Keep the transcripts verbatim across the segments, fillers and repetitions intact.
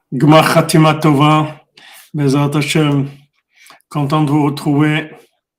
Gmar Khatima Tova, Bezrat Hashem, content de vous retrouver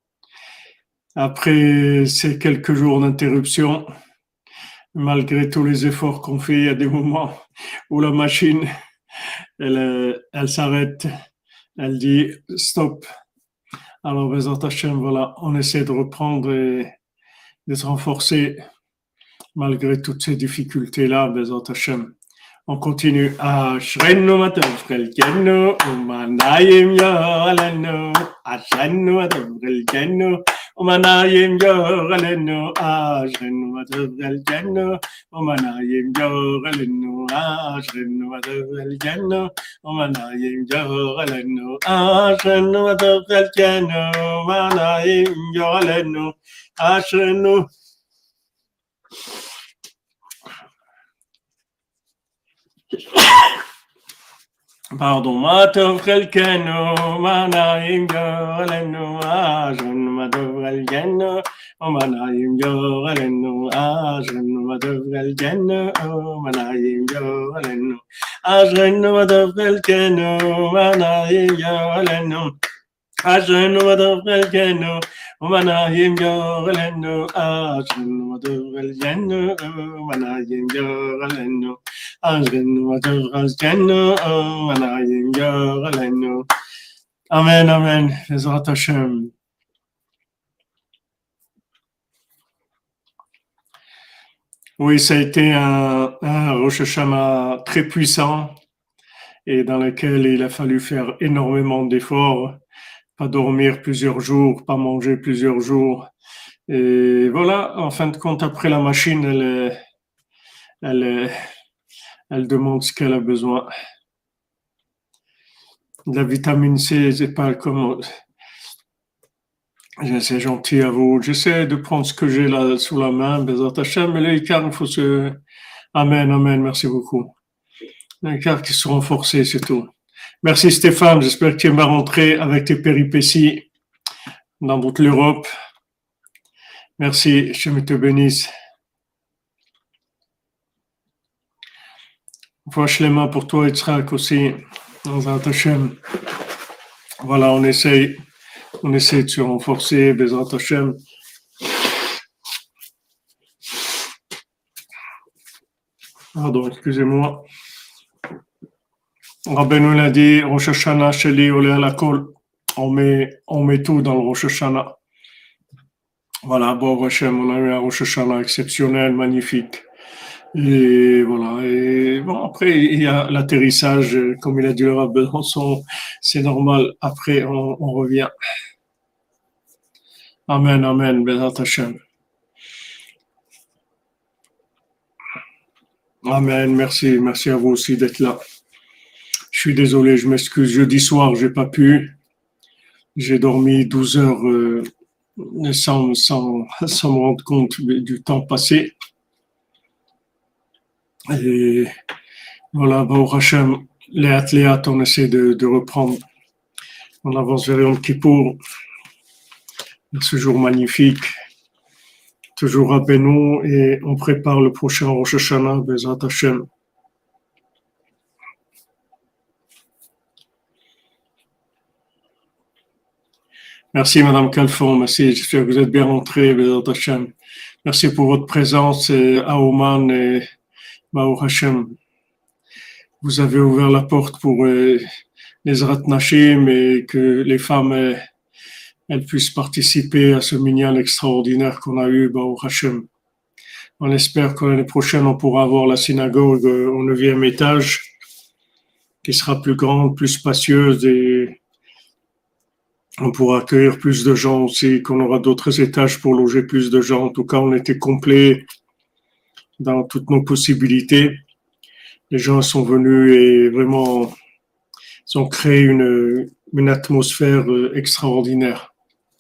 après ces quelques jours d'interruption. Malgré tous les efforts qu'on fait, il y a des moments où la machine, elle, elle s'arrête, elle dit stop. Alors, Bezrat Hashem, voilà, on essaie de reprendre et de se renforcer malgré toutes ces difficultés-là, Bezrat Hashem. On continue. Ashrenu matavrilkenu, umanayim yoralenu. Ashrenu matavrilkenu, umanayim yoralenu. Ashrenu matavrilkenu, umanayim yoralenu. Ashrenu matavrilkenu, umanayim yoralenu. Ashrenu matavrilkenu, umanayim yoralenu. Ashrenu. Pardon, Matov Relkeno, Manaim Yorelenu, Ajren Matov Relkeno, Manaim Yorelenu, Ajren Matov Relkeno, Manaim Yorelenu, Ajren Matov Relkeno, Manaim Yorelenu, Ajren Matov Relkeno, Manaim Yorelenu, Ajren Matov Relkeno, Manaim Yorelenu. Amen, amen. Bezrat Hashem. Oui, ça a été un, un Rosh Hashanah très puissant et dans lequel il a fallu faire énormément d'efforts, pas dormir plusieurs jours, pas manger plusieurs jours. Et voilà, en fin de compte, après la machine, elle, elle, elle demande ce qu'elle a besoin. La vitamine C, c'est pas comme... C'est gentil à vous. J'essaie de prendre ce que j'ai là sous la main, Bezrat Hashem, mais les écarts, il faut se... Amen, amen, merci beaucoup. Les écarts qui sont renforcés, c'est tout. Merci Stéphane, j'espère que tu es bien rentré avec tes péripéties dans toute l'Europe. Merci, je te bénisse. Voici les mains pour toi, Yitzhak aussi, Bezrat Hashem. Voilà, on essaye, on essaie de se renforcer, Bezrat Hashem. Pardon, excusez-moi. Rabbeinu l'a dit, Rosh Hashanah, Sheli, Olé à la Kol. On met, on met tout dans le Rosh Hashanah. Voilà, bon, Hashem, on a eu un Rosh Hashanah exceptionnel, magnifique. Et voilà. Et bon, après, il y a l'atterrissage, comme il a dit le Rabbin Besançon, c'est normal. Après, on, on revient. Amen, amen, Bezrat Hashem. Amen, merci, merci à vous aussi d'être là. Je suis désolé, je m'excuse. Jeudi soir, j'ai pas pu. J'ai dormi douze heures euh, sans, sans, sans me rendre compte du temps passé. Et voilà, Baruch Hashem, Léat Léat, on essaie de, de reprendre. On avance vers Yom Kippour. Ce jour magnifique. Toujours à Beno et on prépare le prochain Rosh Hashanah, Bezrat Hashem. Merci Madame Calfon, merci, j'espère que vous êtes bien rentrée, Bezrat Hashem. Merci pour votre présence à Oman et Baruch Hashem. Vous avez ouvert la porte pour les Ezrat Nashim et que les femmes elles puissent participer à ce minyan extraordinaire qu'on a eu, Baruch Hashem. On espère que l'année prochaine, on pourra avoir la synagogue au neuvième étage, qui sera plus grande, plus spacieuse, et on pourra accueillir plus de gens aussi, qu'on aura d'autres étages pour loger plus de gens. En tout cas, on était complet dans toutes nos possibilités. Les gens sont venus et vraiment, ils ont créé une, une atmosphère extraordinaire.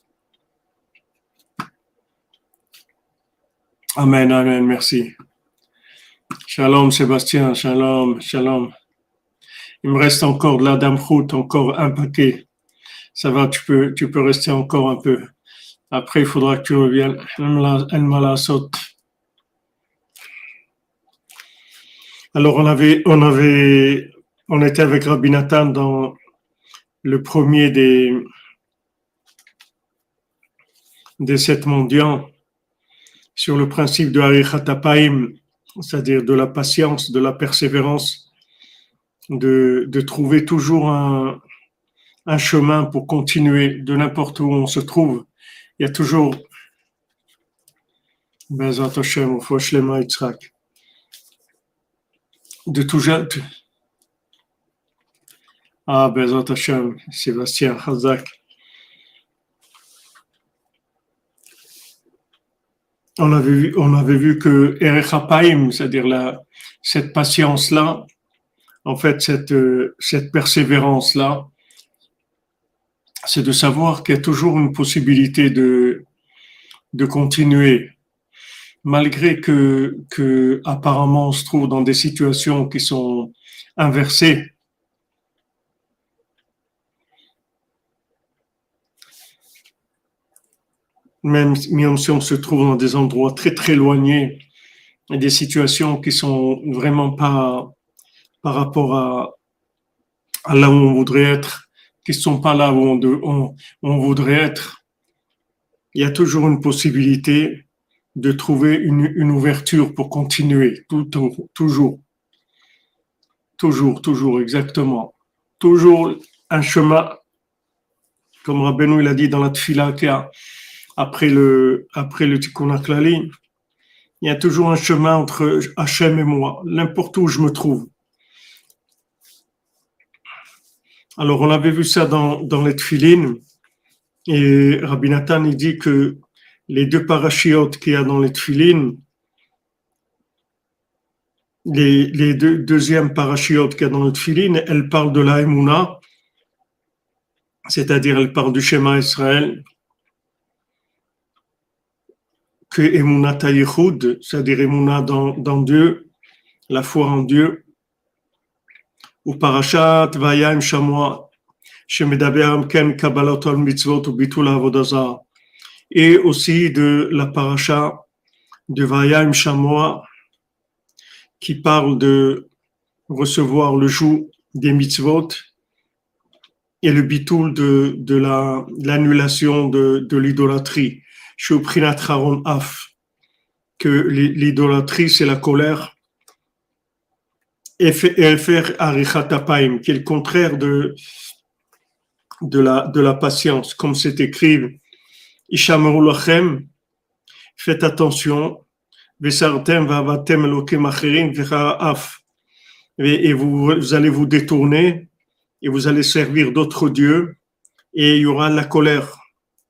Amen, amen, merci. Shalom Sébastien, shalom, shalom. Il me reste encore de la damchout, encore un paquet. Ça va, tu peux, tu peux rester encore un peu. Après, il faudra que tu reviennes. Elle m'a la saute. Alors, on avait, on avait On était avec Rabbi Nathan dans le premier des, des sept mendiants sur le principe de Arichat Apayim, c'est-à-dire de la patience, de la persévérance, de, de trouver toujours un, un chemin pour continuer de n'importe où on se trouve. Il y a toujours Bezat Hashem, Shlema Yitzhak, de toujours. Ah, Bezat Hashem, Sébastien Chazak. On avait vu, on avait vu que Erech Hapaim, c'est-à-dire la, cette patience-là, en fait, cette, cette persévérance-là, c'est de savoir qu'il y a toujours une possibilité de, de continuer, malgré que, que apparemment on se trouve dans des situations qui sont inversées. Même, même si on se trouve dans des endroits très très éloignés, et des situations qui sont vraiment pas par rapport à, à là où on voudrait être, qui sont pas là où on, de, on, on voudrait être, il y a toujours une possibilité de trouver une, une ouverture pour continuer, tout, tout, toujours, toujours, toujours, exactement, toujours un chemin, comme Rabbeinu il a dit dans la Tfila qu'il y a après le après le Tikkun HaKlali, il y a toujours un chemin entre Hachem et moi, n'importe où je me trouve. Alors, on avait vu ça dans, dans les Tfilin, et Rabbi Nathan, il dit que les deux parachiotes qu'il y a dans les Tfilin, les, les deux deuxièmes parachiotes qu'il y a dans les Tfilin, elles parlent de la Emouna, c'est-à-dire elles parlent du Shema Israël, que Emouna Tayichud, c'est-à-dire Emouna dans, dans Dieu, la foi en Dieu, ou Parashat Vayim Shamoa, Shemedaber Ken Kabbalat al Mitzvot ou Bitul Avodah Zarah, et aussi de la Parasha de Vayim Shamoa, qui parle de recevoir le joug des mitzvot et le bitul de, de la, l'annulation de, de l'idolâtrie. Shuprinat Haron Af, que l'idolâtrie c'est la colère, et faire Arichat Apayim, qui est le contraire de, de, la, de la patience, comme c'est écrit, Ishameru Lachem, faites attention, Vesartem Vavatem Elokim Acherim Af, et vous, vous allez vous détourner, et vous allez servir d'autres dieux, et il y aura la colère.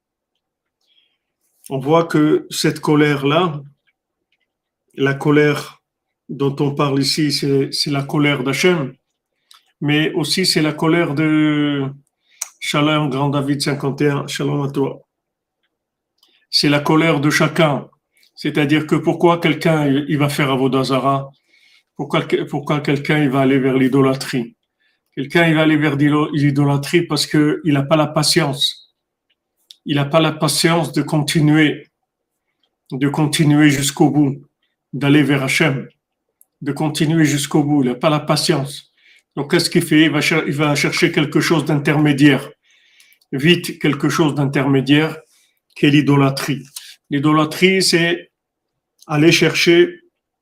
On voit que cette colère-là, la colère dont on parle ici, c'est, c'est la colère d'Hachem, mais aussi c'est la colère de Shalom, Grand David cinquante et un, Shalom à toi. C'est la colère de chacun. C'est-à-dire que pourquoi quelqu'un il va faire Avodah Zarah, pourquoi, pourquoi quelqu'un il va aller vers l'idolâtrie. Quelqu'un il va aller vers l'idolâtrie parce qu'il n'a pas la patience. Il n'a pas la patience de continuer, de continuer jusqu'au bout, d'aller vers Hachem, de continuer jusqu'au bout. Il n'a pas la patience. Donc, qu'est-ce qu'il fait? Il va, cher- il va chercher quelque chose d'intermédiaire. Vite, quelque chose d'intermédiaire, qui est l'idolâtrie. L'idolâtrie, c'est aller chercher,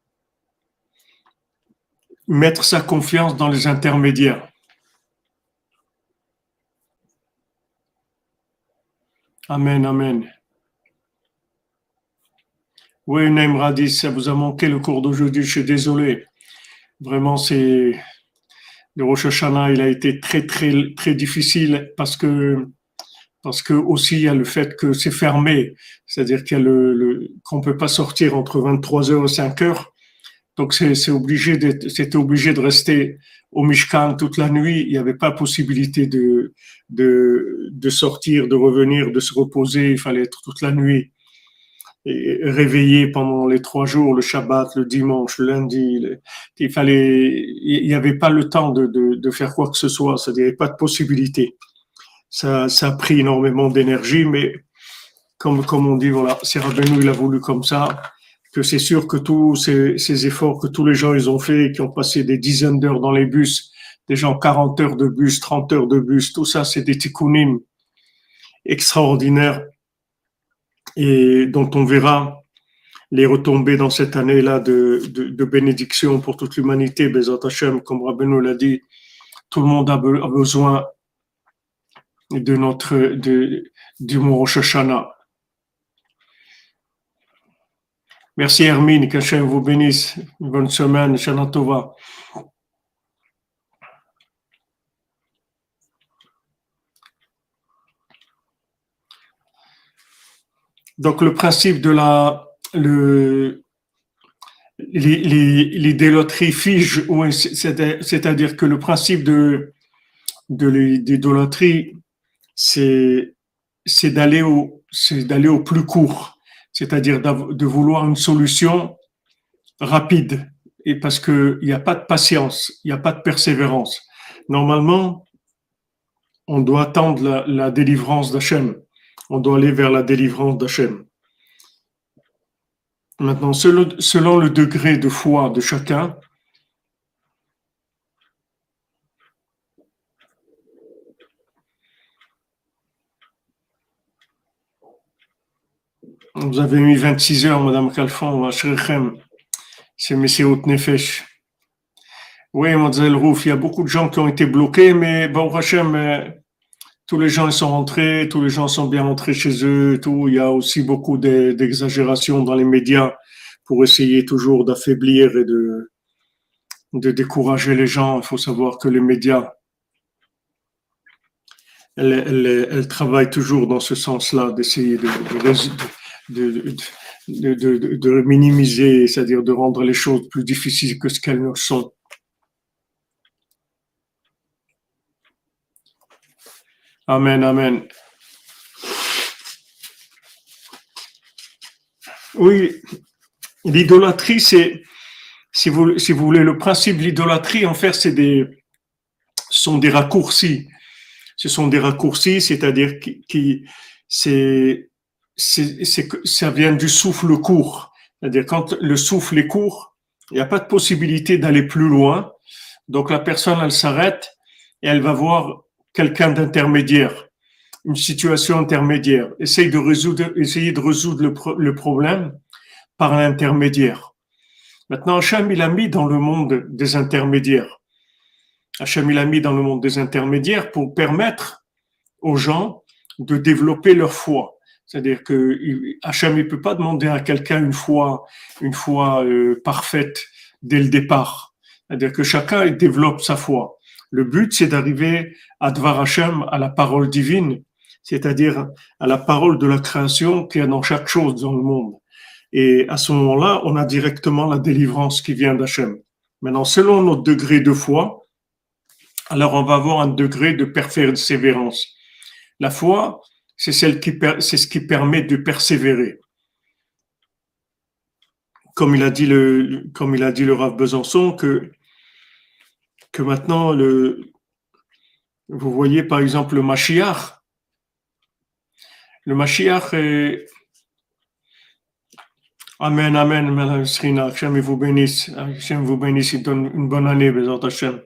mettre sa confiance dans les intermédiaires. Amen, amen. Oui, Naim Radis, ça vous a manqué le cours d'aujourd'hui, je suis désolé. Vraiment, c'est le Rosh Hashanah, il a été très, très, très difficile parce que, parce que aussi il y a le fait que c'est fermé, c'est-à-dire qu'il y a le, le qu'on peut pas sortir entre vingt-trois heures et cinq heures. Donc c'est, c'est obligé d'être, c'était obligé de rester au Mishkan toute la nuit. Il n'y avait pas possibilité de, de, de sortir, de revenir, de se reposer. Il fallait être toute la nuit et réveillé pendant les trois jours, le Shabbat, le dimanche, le lundi. Le, il fallait, il n'y avait pas le temps de, de, de faire quoi que ce soit. C'est-à-dire, il n'y avait pas de possibilité. Ça, ça a pris énormément d'énergie, mais comme, comme on dit, voilà, c'est Rabbeinu, il a voulu comme ça, que c'est sûr que tous ces, ces efforts que tous les gens ils ont fait, qui ont passé des dizaines d'heures dans les bus des gens quarante heures de bus, trente heures de bus, tout ça, c'est des tikkunim extraordinaires et dont on verra les retombées dans cette année-là de, de, de bénédiction pour toute l'humanité, Bezat Hashem, comme Rabbeinu l'a dit, tout le monde a, be- a besoin de notre, de, du mot Rosh Hashanah. Merci Hermine, qu'Hachem vous bénisse. Une bonne semaine, Shana Tova. Donc le principe de la, le, les, les, l'idolâtrie fige, ouais, c'est- c'est-à-dire que le principe de, de l'idolâtrie, c'est, c'est d'aller au, c'est d'aller au plus court, c'est-à-dire de vouloir une solution rapide, et parce que il n'y a pas de patience, il n'y a pas de persévérance. Normalement, on doit attendre la, la délivrance d'Hachem. On doit aller vers la délivrance d'Hachem. Maintenant, selon, selon le degré de foi de chacun, vous avez mis vingt-six heures, Madame Kalfon, c'est Messiot Nefesh. Oui, Mademoiselle Rouf, il y a beaucoup de gens qui ont été bloqués, mais bon, Hachem, euh, tous les gens ils sont rentrés, tous les gens sont bien rentrés chez eux, tout. Il y a aussi beaucoup de- d'exagération dans les médias pour essayer toujours d'affaiblir et de, de décourager les gens. Il faut savoir que les médias, elles, elles, elles travaillent toujours dans ce sens-là, d'essayer de, de, de, de, de, de, de minimiser, c'est-à-dire de rendre les choses plus difficiles que ce qu'elles ne sont. Amen, amen. Oui, l'idolâtrie, c'est, si vous, si vous voulez, le principe de l'idolâtrie, en fait, c'est des, sont des raccourcis. Ce sont des raccourcis, c'est-à-dire qui, qui c'est, c'est, c'est, ça vient du souffle court. C'est-à-dire quand le souffle est court, il n'y a pas de possibilité d'aller plus loin. Donc la personne, elle s'arrête et elle va voir quelqu'un d'intermédiaire, une situation intermédiaire. Essaye de résoudre, essayer de résoudre le, pro, le problème par l'intermédiaire. Maintenant, Hachem, il a mis dans le monde des intermédiaires. Hachem, il a mis dans le monde des intermédiaires pour permettre aux gens de développer leur foi. C'est-à-dire que Hachem, il peut pas demander à quelqu'un une foi, une foi euh, parfaite dès le départ. C'est-à-dire que chacun il développe sa foi. Le but, c'est d'arriver à Dvar Hachem, à la parole divine, c'est-à-dire à la parole de la création qu'il y a dans chaque chose dans le monde. Et à ce moment-là, on a directement la délivrance qui vient d'Hachem. Maintenant, selon notre degré de foi, alors on va avoir un degré de persévérance. La foi, c'est celle qui, c'est ce qui permet de persévérer. Comme il a dit le, comme il a dit le Rav Besançon, que, que maintenant le, vous voyez par exemple le Mashiach. Le Mashiach est, Amen, Amen, Madame Srina, Hachem vous bénisse, Hachem vous bénisse, il donne une bonne année, Bézat Hachem.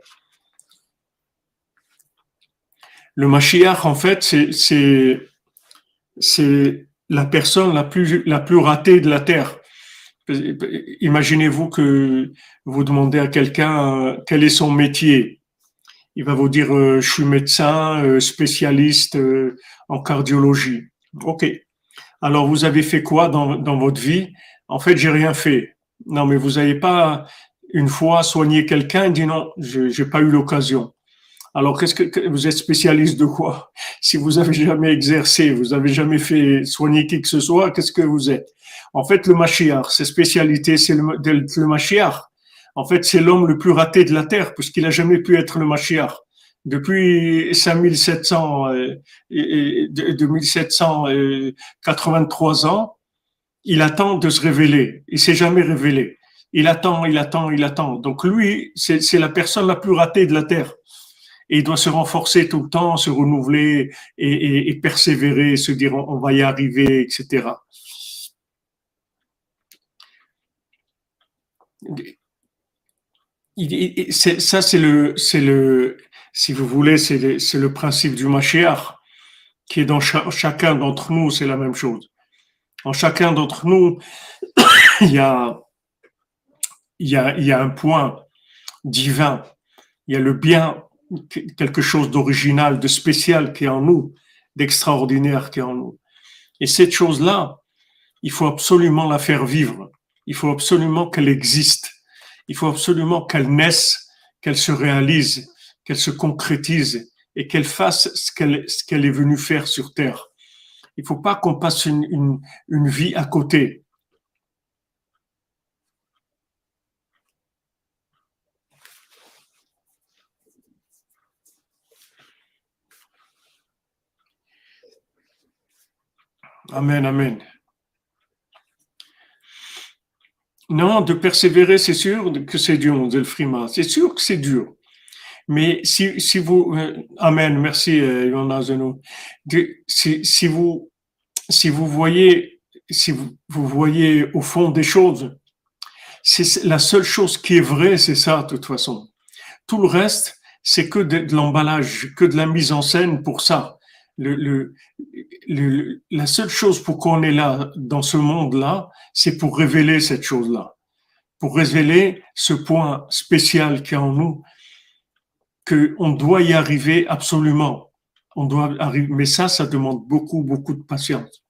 Le Mashiach, en fait, c'est, c'est, c'est la personne la plus, la plus ratée de la terre. Imaginez-vous que vous demandez à quelqu'un euh, quel est son métier. Il va vous dire euh, je suis médecin, euh, spécialiste euh, en cardiologie. Ok. Alors vous avez fait quoi dans, dans votre vie? En fait, j'ai rien fait. Non, mais vous n'avez pas une fois soigné quelqu'un et dit non, je j'ai pas eu l'occasion. Alors, qu'est-ce que, que vous êtes spécialiste de quoi? Si vous avez jamais exercé, vous avez jamais fait soigner qui que ce soit, qu'est-ce que vous êtes? En fait, le Mashiach, ses spécialités, c'est le, le Mashiach. En fait, c'est l'homme le plus raté de la terre, puisqu'il a jamais pu être le Mashiach. Depuis cinq mille sept cents, euh, et, et, de mille sept cent quatre-vingt-trois ans, il attend de se révéler. Il s'est jamais révélé. Il attend, il attend, il attend. Donc lui, c'est, c'est la personne la plus ratée de la terre. Et il doit se renforcer tout le temps, se renouveler et, et, et persévérer, se dire on, on va y arriver, et cetera. il, il- c'est, ça, c'est le, c'est le, si vous voulez, c'est le, c'est le principe du Mashiach qui est dans cha- chacun d'entre nous, c'est la même chose. En chacun d'entre nous, il y a, il y a, il y a un point divin. Il y a le bien, quelque chose d'original, de spécial qui est en nous, d'extraordinaire qui est en nous. Et cette chose-là, il faut absolument la faire vivre. Il faut absolument qu'elle existe. Il faut absolument qu'elle naisse, qu'elle se réalise, qu'elle se concrétise et qu'elle fasse ce qu'elle, ce qu'elle est venue faire sur Terre. Il ne faut pas qu'on passe une, une, une vie à côté. Amen, amen. Non, de persévérer, c'est sûr que c'est dur, Zelfrima. C'est sûr que c'est dur. Mais si, si vous, euh, amen, merci, euh, Yona Zeno. De- Si, si vous, si vous voyez, si vous, vous voyez au fond des choses, c'est la seule chose qui est vraie, c'est ça, de toute façon. Tout le reste, c'est que de, de l'emballage, que de la mise en scène pour ça. Le, le, le, la seule chose pour qu'on est là, dans ce monde-là, c'est pour révéler cette chose-là. Pour révéler ce point spécial qui est en nous, qu'on doit y arriver absolument. On doit arriver, mais ça, ça demande beaucoup, beaucoup de patience.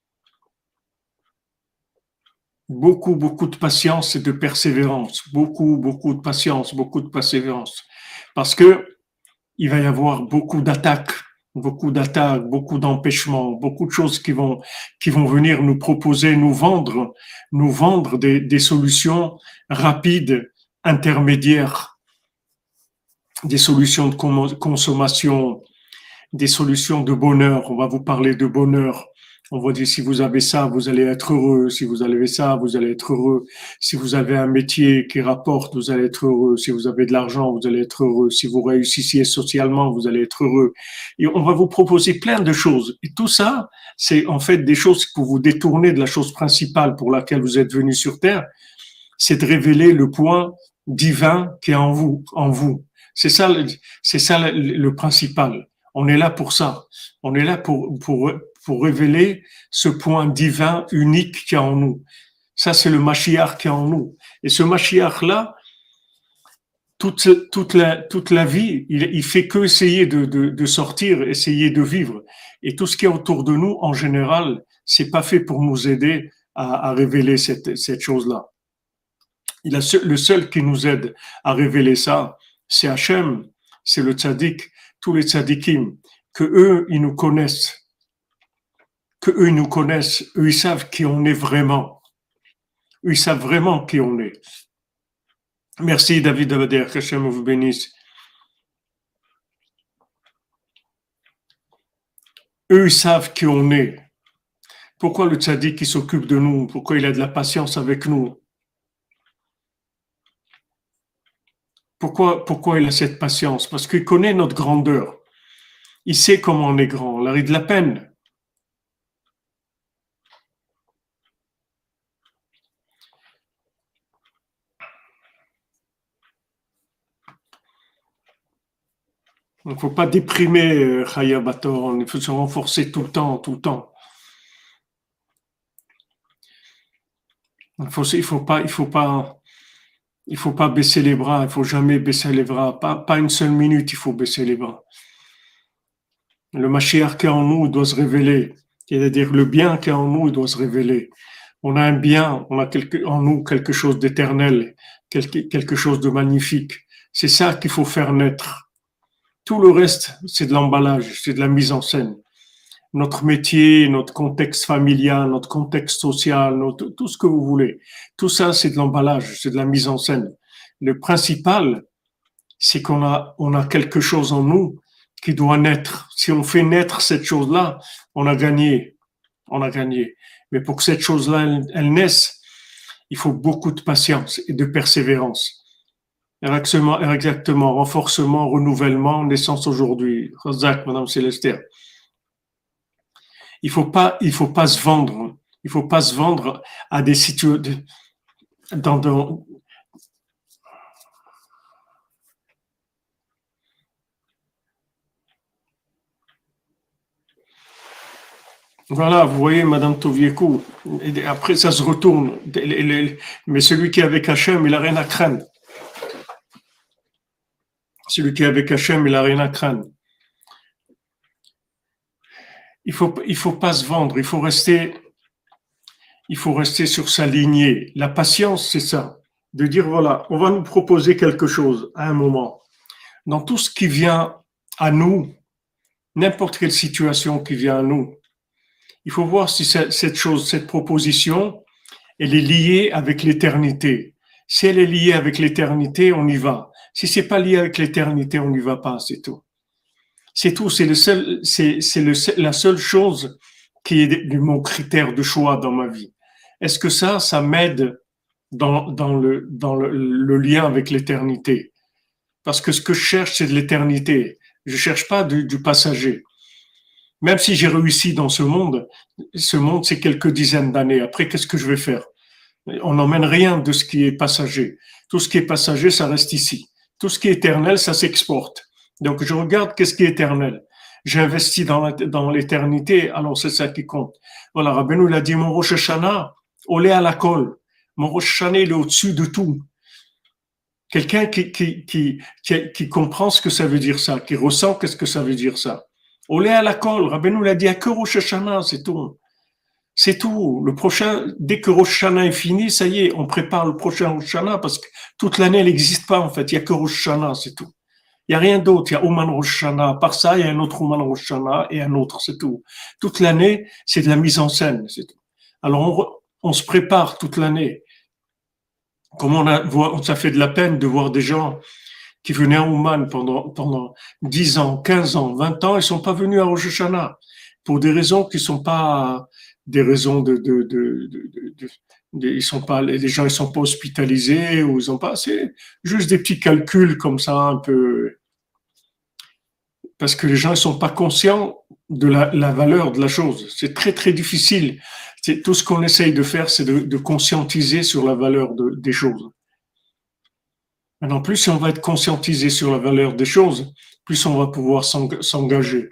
Beaucoup, beaucoup de patience et de persévérance. Beaucoup, beaucoup de patience, beaucoup de persévérance. Parce que il va y avoir beaucoup d'attaques, beaucoup d'attaques, beaucoup d'empêchements, beaucoup de choses qui vont, qui vont venir nous proposer, nous vendre, nous vendre des, des solutions rapides, intermédiaires, des solutions de consommation, des solutions de bonheur. On va vous parler de bonheur. On va dire si vous avez ça, vous allez être heureux. Si vous avez ça, vous allez être heureux. Si vous avez un métier qui rapporte, vous allez être heureux. Si vous avez de l'argent, vous allez être heureux. Si vous réussissez socialement, vous allez être heureux. Et on va vous proposer plein de choses. Et tout ça, c'est en fait des choses pour vous détourner de la chose principale pour laquelle vous êtes venu sur Terre. C'est de révéler le point divin qui est en vous, en vous. C'est ça, c'est ça le, le principal. On est là pour ça. On est là pour, pour, pour révéler ce point divin unique qui est en nous. Ça, c'est le Mashiach qui est en nous. Et ce Mashiach-là, toute, toute, la, toute la vie, il, il fait que essayer de, de, de sortir, essayer de vivre. Et tout ce qui est autour de nous, en général, c'est pas fait pour nous aider à, à révéler cette, cette chose-là. Il a le seul qui nous aide à révéler ça, c'est Hachem, c'est le tzaddik, tous les tzaddikim, que eux, ils nous connaissent, que eux, ils nous connaissent, eux, ils savent qui on est vraiment. Eux, ils savent vraiment qui on est. Merci David Abader, que Hachem vous bénisse. Eux, ils savent qui on est. Pourquoi le tzaddik qui s'occupe de nous? Pourquoi il a de la patience avec nous? Pourquoi, pourquoi il a cette patience? Parce qu'il connaît notre grandeur. Il sait comment on est grand. Alors, il a de la peine. Il ne faut pas déprimer Chaya Bator, il faut se renforcer tout le temps, tout le temps. Il faut, il faut pas, il faut pas, il faut pas baisser les bras, il faut jamais baisser les bras, pas, pas une seule minute, il faut baisser les bras. Le Mashiach qui est en nous doit se révéler, c'est-à-dire le bien qui est en nous doit se révéler. On a un bien, on a quelque, en nous quelque chose d'éternel, quelque, quelque chose de magnifique. C'est ça qu'il faut faire naître. Tout le reste, c'est de l'emballage, c'est de la mise en scène. Notre métier, notre contexte familial, notre contexte social, notre, tout ce que vous voulez. Tout ça, c'est de l'emballage, c'est de la mise en scène. Le principal, c'est qu'on a, on a quelque chose en nous qui doit naître. Si on fait naître cette chose-là, on a gagné. On a gagné. Mais pour que cette chose-là, elle, elle naisse, il faut beaucoup de patience et de persévérance. Exactement, exactement. Renforcement, renouvellement, naissance aujourd'hui. Razak, Madame Célestère. Il faut pas, il faut pas se vendre. Il faut pas se vendre à des situations, dans, dans, Voilà, vous voyez, Madame Toviekou, et après ça se retourne. Mais celui qui est avec Hachem, il n'a rien à craindre. Celui qui est avec Hachem, il n'a rien à craindre. Il faut, il faut pas se vendre, il faut rester, il faut rester sur sa lignée. La patience, c'est ça. De dire, voilà, on va nous proposer quelque chose à un moment. Dans tout ce qui vient à nous, n'importe quelle situation qui vient à nous, il faut voir si cette chose, cette proposition, elle est liée avec l'éternité. Si elle est liée avec l'éternité, on y va. Si c'est pas lié avec l'éternité, on n'y va pas, c'est tout. C'est tout, c'est le seul, c'est, c'est le, la seule chose qui est de, mon critère de choix dans ma vie. Est-ce que ça, ça m'aide dans, dans, le, dans le, le lien avec l'éternité? Parce que ce que je cherche, c'est de l'éternité. Je cherche pas du, du passager. Même si j'ai réussi dans ce monde, ce monde, c'est quelques dizaines d'années. Après, qu'est-ce que je vais faire? On n'emmène rien de ce qui est passager. Tout ce qui est passager, ça reste ici. Tout ce qui est éternel, ça s'exporte. Donc, je regarde qu'est-ce qui est éternel. J'ai investi dans, la, dans l'éternité, alors c'est ça qui compte. Voilà, Rabbeinu, il a dit, mon Rosh Hashanah, olé à la colle. Mon Rosh Hashanah, il est au-dessus de tout. Quelqu'un qui, qui, qui, qui, qui comprend ce que ça veut dire ça, qui ressent qu'est-ce que ça veut dire ça. Olé à la colle, Rabbeinu l'a dit, à que Rosh Hashanah, c'est tout. C'est tout. Le prochain, dès que Rosh Hashanah est fini, ça y est, on prépare le prochain Rosh Hashanah parce que toute l'année, elle n'existe pas en fait. Il n'y a que Rosh Hashanah, c'est tout. Il n'y a rien d'autre. Il y a Ouman Rosh Hashanah. Par ça, il y a un autre Ouman Rosh Hashanah et un autre, c'est tout. Toute l'année, c'est de la mise en scène, c'est tout. Alors, on, on se prépare toute l'année. Comme on a, on, ça fait de la peine de voir des gens qui venaient à Ouman pendant, pendant dix ans, quinze ans, vingt ans, ils sont pas venus à Rosh Hashanah pour des raisons qui sont pas des raisons de, de, de, de, de, de ils sont pas, les gens ils sont pas hospitalisés ou ils ont pas, c'est juste des petits calculs comme ça un peu, parce que les gens ils sont pas conscients de la, la valeur de la chose. C'est très très difficile. C'est tout ce qu'on essaye de faire, c'est de, de conscientiser sur la valeur de, des choses. Maintenant, plus on va être conscientisé sur la valeur des choses, plus on va pouvoir s'engager.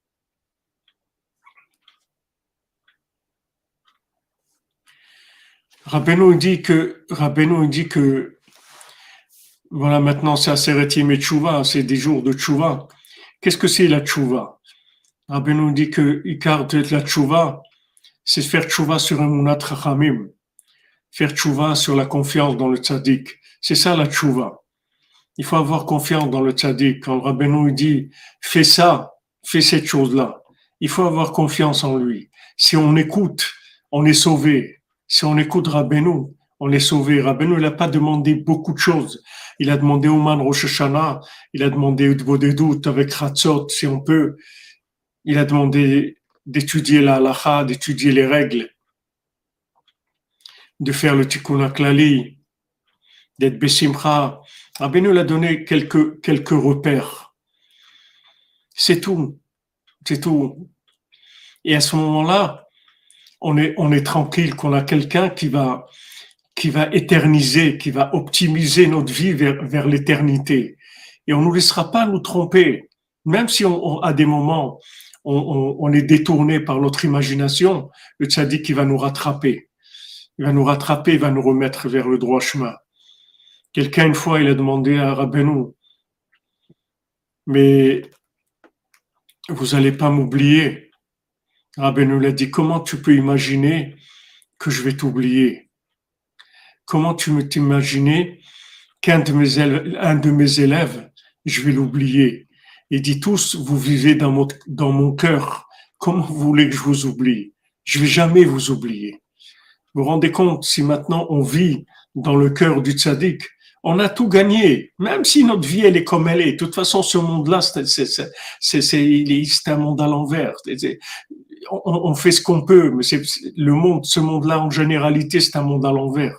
Rabbeinu dit que, Rabbeinu dit que, voilà, maintenant c'est Aseret et Tchouva, c'est des jours de Tchouva. Qu'est-ce que c'est la Tchouva? Rabbeinu dit que Ikar de la Tchouva, c'est faire Tchouva sur un Munat Chachamim, faire Tchouva sur la confiance dans le Tzaddik. C'est ça la Tchouva. Il faut avoir confiance dans le Tzaddik. Quand Rabbeinu dit, fais ça, fais cette chose-là. Il faut avoir confiance en lui. Si on écoute, on est sauvé. Si on écoute Rabbeinu, on est sauvé. Rabbeinu, il n'a pas demandé beaucoup de choses. Il a demandé Ouman Rosh Hashanah, il a demandé Udbodedut avec Ratzot, si on peut. Il a demandé d'étudier la halacha, d'étudier les règles, de faire le Tikkun HaKlali, d'être Bessimcha. Rabbeinu a donné quelques, quelques repères. C'est tout. C'est tout. Et à ce moment-là, on est, on est tranquille qu'on a quelqu'un qui va, qui va éterniser, qui va optimiser notre vie vers, vers l'éternité. Et on ne nous laissera pas nous tromper. Même si on, on à des moments, on, on, on est détourné par notre imagination, le tzaddik, il va nous rattraper. Il va nous rattraper, il va nous remettre vers le droit chemin. Quelqu'un, une fois, il a demandé à Rabbeinu, mais vous n'allez pas m'oublier. Rabbeinu l'a dit, comment tu peux imaginer que je vais t'oublier? Comment tu peux t'imaginer qu'un de mes élèves, un de mes élèves, je vais l'oublier? Il dit, tous, vous vivez dans mon, dans mon cœur. Comment vous voulez que je vous oublie? Je vais jamais vous oublier. Vous vous rendez compte, si maintenant on vit dans le cœur du tzaddik, on a tout gagné, même si notre vie elle est comme elle est. De toute façon, ce monde-là, c'est, c'est, c'est, c'est, c'est un monde à l'envers. On, on fait ce qu'on peut, mais c'est, le monde, ce monde-là, en généralité, c'est un monde à l'envers.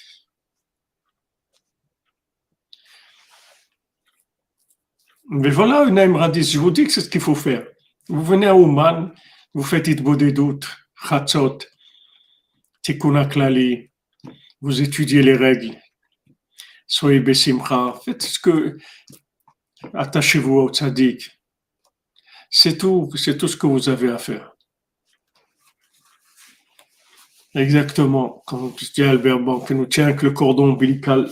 Mais voilà, une Aim Radis, je vous dis que c'est ce qu'il faut faire. Vous venez à Ouman, vous faites Itbodedut, Chatzot, Tikkun HaKlali, vous étudiez les règles. Soyez Bessimcha, faites ce que, attachez-vous au tzaddik. C'est tout, c'est tout ce que vous avez à faire. Exactement. Comme tu dis Albert Banque, nous tient avec le cordon ombilical.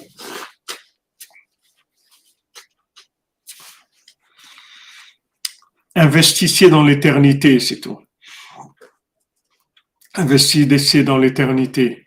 Investissez dans l'éternité, c'est tout. Investissez dans l'éternité.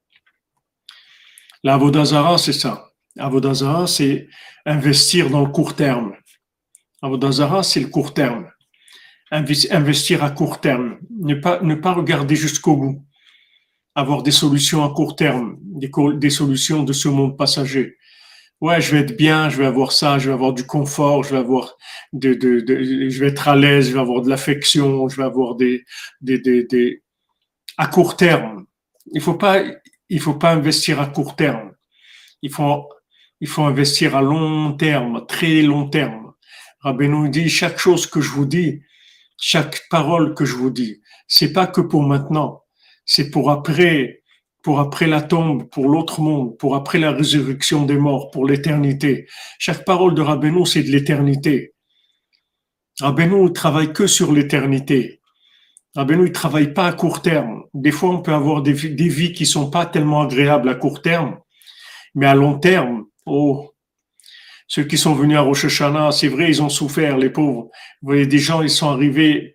La Vodazara, c'est ça. Avodazara, c'est investir dans le court terme. Avodazara, c'est le court terme. Investir à court terme. Ne pas, ne pas regarder jusqu'au bout. Avoir des solutions à court terme, des, des solutions de ce monde passager. Ouais, je vais être bien, je vais avoir ça, je vais avoir du confort, je vais avoir de, de, de je vais être à l'aise, je vais avoir de l'affection, je vais avoir des, des, des, des, à court terme. Il faut pas, il faut pas investir à court terme. Il faut, il faut investir à long terme, très long terme. Rabbeinu dit, chaque chose que je vous dis, chaque parole que je vous dis, c'est pas que pour maintenant, c'est pour après, pour après la tombe, pour l'autre monde, pour après la résurrection des morts, pour l'éternité. Chaque parole de Rabbeinu, c'est de l'éternité. Rabbeinu ne travaille que sur l'éternité. Rabbeinu ne travaille pas à court terme. Des fois, on peut avoir des, des vies qui sont pas tellement agréables à court terme, mais à long terme, oh, ceux qui sont venus à Rosh Hashanah, c'est vrai, ils ont souffert, les pauvres. Vous voyez, des gens, ils sont arrivés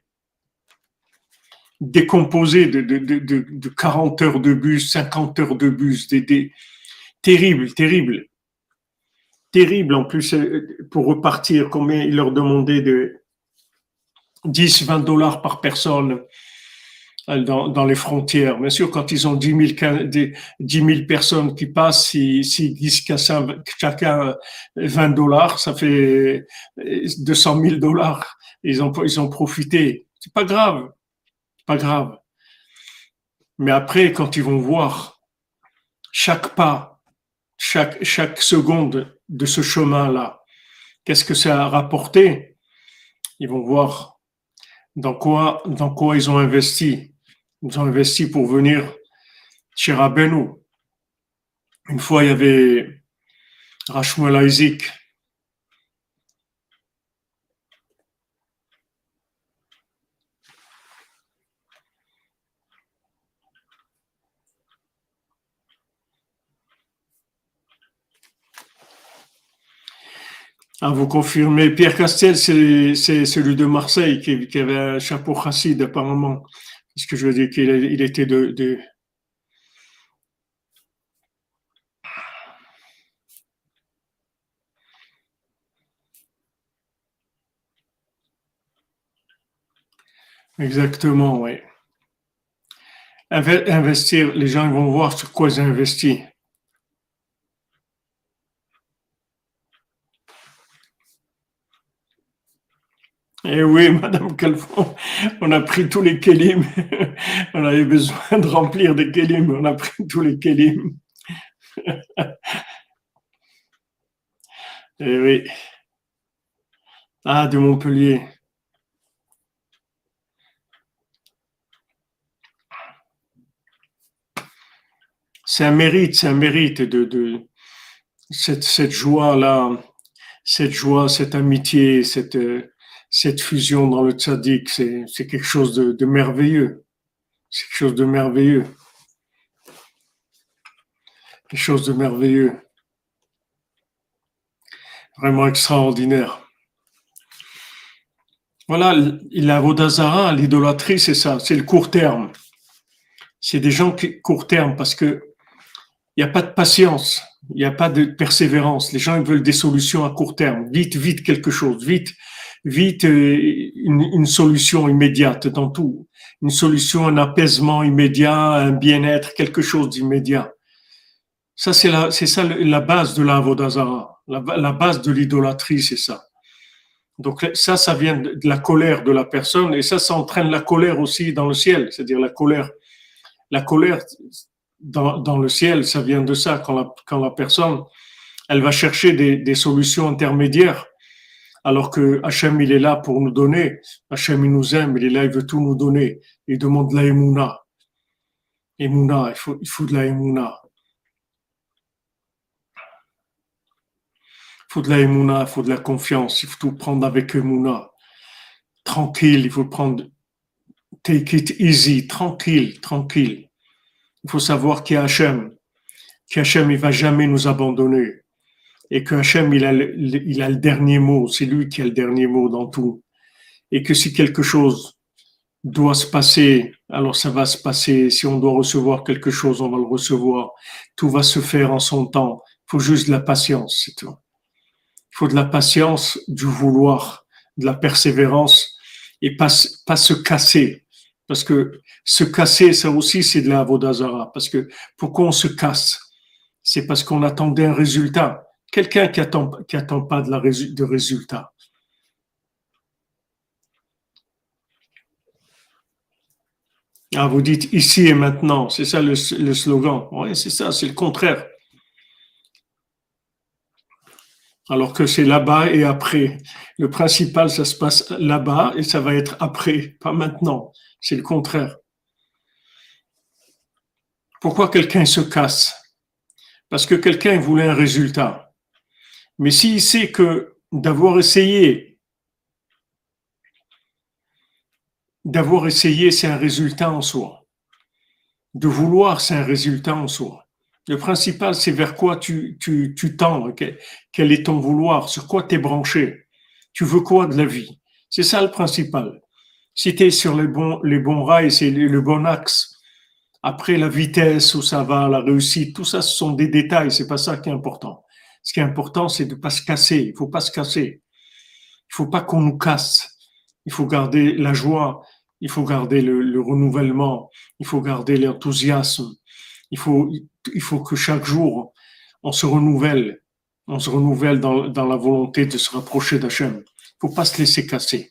décomposés de, de, de, de, de quarante heures de bus, cinquante heures de bus, des, des, terrible, terrible. Terrible, en plus, pour repartir, combien ils leur demandaient de dix, vingt dollars par personne dans, dans les frontières. Bien sûr, quand ils ont dix mille, dix mille personnes qui passent, s'ils si, si disent qu'à chacun vingt dollars, ça fait deux cent mille dollars. Ils ont, ils ont profité. C'est pas grave. Pas grave. Mais après, quand ils vont voir chaque pas, chaque, chaque seconde de ce chemin-là, qu'est-ce que ça a rapporté? Ils vont voir dans quoi, dans quoi ils ont investi. Ils ont investi pour venir chez Rabbeinu. Une fois, il y avait Rachmuel Isaac. Ah, vous confirmez. Pierre Castel, c'est, c'est celui de Marseille qui, qui avait un chapeau chassid apparemment. Parce que je veux dire qu'il il était de, de... Exactement, oui. Investir, les gens vont voir sur quoi ils investissent. Eh oui, Madame Calfon, on a pris tous les kélims. On avait besoin de remplir des kélims. On a pris tous les kélims. Eh oui. Ah, de Montpellier. C'est un mérite, c'est un mérite de, de cette, cette joie-là, cette joie, cette amitié, cette, cette fusion dans le tzaddik, c'est, c'est quelque chose de, de merveilleux. C'est quelque chose de merveilleux. Quelque chose de merveilleux. Vraiment extraordinaire. Voilà, la Vodazara, l'idolâtrie, c'est ça, c'est le court terme. C'est des gens qui court terme parce que il n'y a pas de patience, il n'y a pas de persévérance. Les gens ils veulent des solutions à court terme, vite, vite quelque chose, vite, vite une, une solution immédiate dans tout, une solution, un apaisement immédiat, un bien-être, quelque chose d'immédiat. Ça c'est la, c'est ça la base de la Vodazara, la, la base de l'idolâtrie, c'est ça. Donc ça, ça vient de la colère de la personne et ça, ça entraîne la colère aussi dans le ciel, c'est-à-dire la colère. La colère dans, dans le ciel, ça vient de ça, quand la, quand la personne, elle va chercher des, des solutions intermédiaires, alors que Hachem, il est là pour nous donner. Hachem, il nous aime, il est là, il veut tout nous donner. Il demande de la émouna. Émouna, il faut, il faut de la émouna. Il faut de la émouna, il faut de la confiance, il faut tout prendre avec émouna. Tranquille, il faut prendre, take it easy, tranquille, tranquille. Il faut savoir qu'il y a Hachem, qu'Hachem il va jamais nous abandonner et que Hachem il a, le, il a le dernier mot, c'est lui qui a le dernier mot dans tout. Et que si quelque chose doit se passer, alors ça va se passer. Si on doit recevoir quelque chose, on va le recevoir. Tout va se faire en son temps. Il faut juste de la patience, c'est tout. Il faut de la patience, du vouloir, de la persévérance et pas, pas se casser. Parce que se casser, ça aussi, c'est de la avodah zara. Parce que pourquoi on se casse? C'est parce qu'on attendait un résultat. Quelqu'un qui attend, qui attend pas de la de résultat. Ah, vous dites ici et maintenant, c'est ça le, le slogan. Oui, c'est ça, c'est le contraire. Alors que c'est là-bas et après. Le principal, ça se passe là-bas et ça va être après, pas maintenant. C'est le contraire. Pourquoi quelqu'un se casse? Parce que quelqu'un voulait un résultat. Mais s'il sait que d'avoir essayé, d'avoir essayé, c'est un résultat en soi. De vouloir, c'est un résultat en soi. Le principal, c'est vers quoi tu, tu, tu tends, quel est ton vouloir, sur quoi tu es branché. Tu veux quoi de la vie? C'est ça le principal. Si tu es sur les bons, les bons rails, c'est le, le bon axe. Après, la vitesse où ça va, la réussite, tout ça, ce sont des détails. C'est pas ça qui est important. Ce qui est important, c'est de ne pas se casser. Il faut pas se casser. Il faut pas qu'on nous casse. Il faut garder la joie. Il faut garder le, le renouvellement. Il faut garder l'enthousiasme. Il faut, il faut que chaque jour, on se renouvelle. On se renouvelle dans, dans la volonté de se rapprocher d'Hachem. Il faut pas se laisser casser.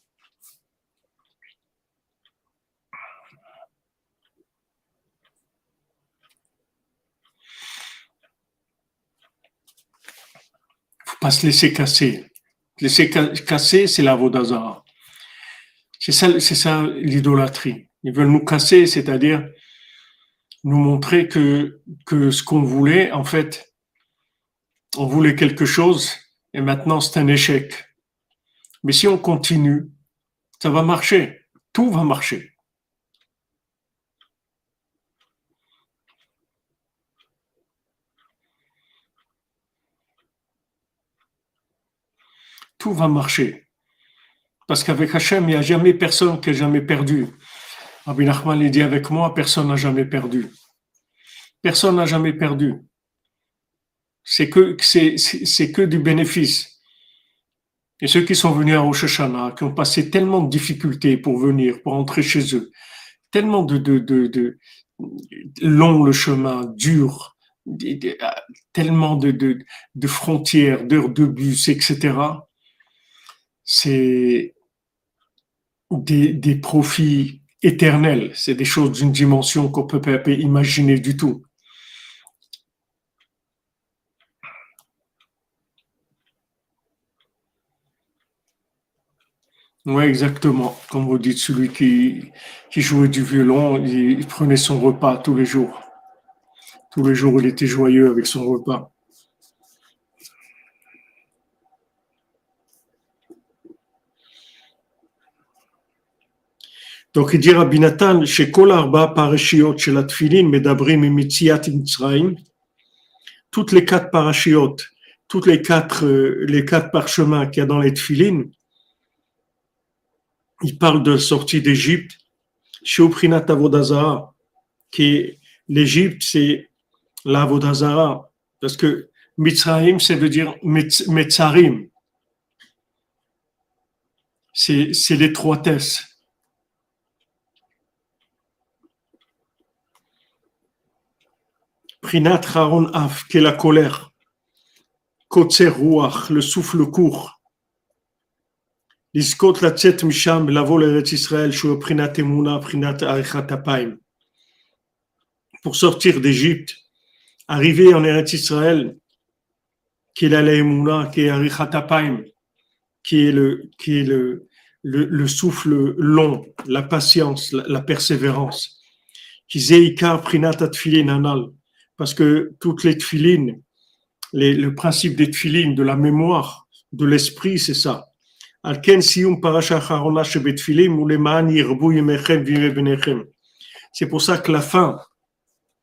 Faut pas se laisser casser. Laisser casser, c'est la avodah zara. C'est ça, c'est ça l'idolâtrie. Ils veulent nous casser, c'est-à-dire nous montrer que, que ce qu'on voulait, en fait, on voulait quelque chose et maintenant c'est un échec. Mais si on continue, ça va marcher. Tout va marcher. Tout va marcher. Parce qu'avec Hachem, il n'y a jamais personne qui a jamais perdu. Rabbi Nachman il dit avec moi, personne n'a jamais perdu. Personne n'a jamais perdu. C'est que, c'est, c'est, c'est que du bénéfice. Et ceux qui sont venus à Rosh Hashanah, qui ont passé tellement de difficultés pour venir, pour entrer chez eux, tellement de, de, de, de long le chemin, dur, de, de, tellement de, de, de frontières, d'heures de bus, et cetera. C'est des, des profits éternels. C'est des choses d'une dimension qu'on peut pas imaginer du tout. Oui, exactement. Comme vous dites, celui qui, qui jouait du violon, il, il prenait son repas tous les jours. Tous les jours, il était joyeux avec son repas. Donc, il dit Rabbi Nathan, chez Kol Arba Parashiot chez la Tfilin, Medabrim et Mitziat Mitzrayim, toutes les quatre parashiot, toutes les quatre, euh, les quatre parchemins qu'il y a dans les Tfilin, il parle de sortie d'Égypte, chez Oprinat Avodah Zara, qui est l'Égypte, c'est la Avodah Zara, parce que Mitzrayim, ça veut dire Metzarim, c'est, c'est l'étroitesse. Prinat Haron Af, qui est la colère. Kotser Ruach, le souffle court. Liskot la tset misham, la vol Eretz Israël, shu prinat emuna, prinat arichat apayim. Pour sortir d'Égypte, arriver en Eretz Israël, qui est la emuna, qui est arichat apayim, qui est le, qui est le, le, le souffle long, la patience, la, la persévérance. Qui zeikar prinat atfilin anal. Parce que toutes les tfilines, les, le principe des tfilines, de la mémoire, de l'esprit, c'est ça. C'est pour ça que la fin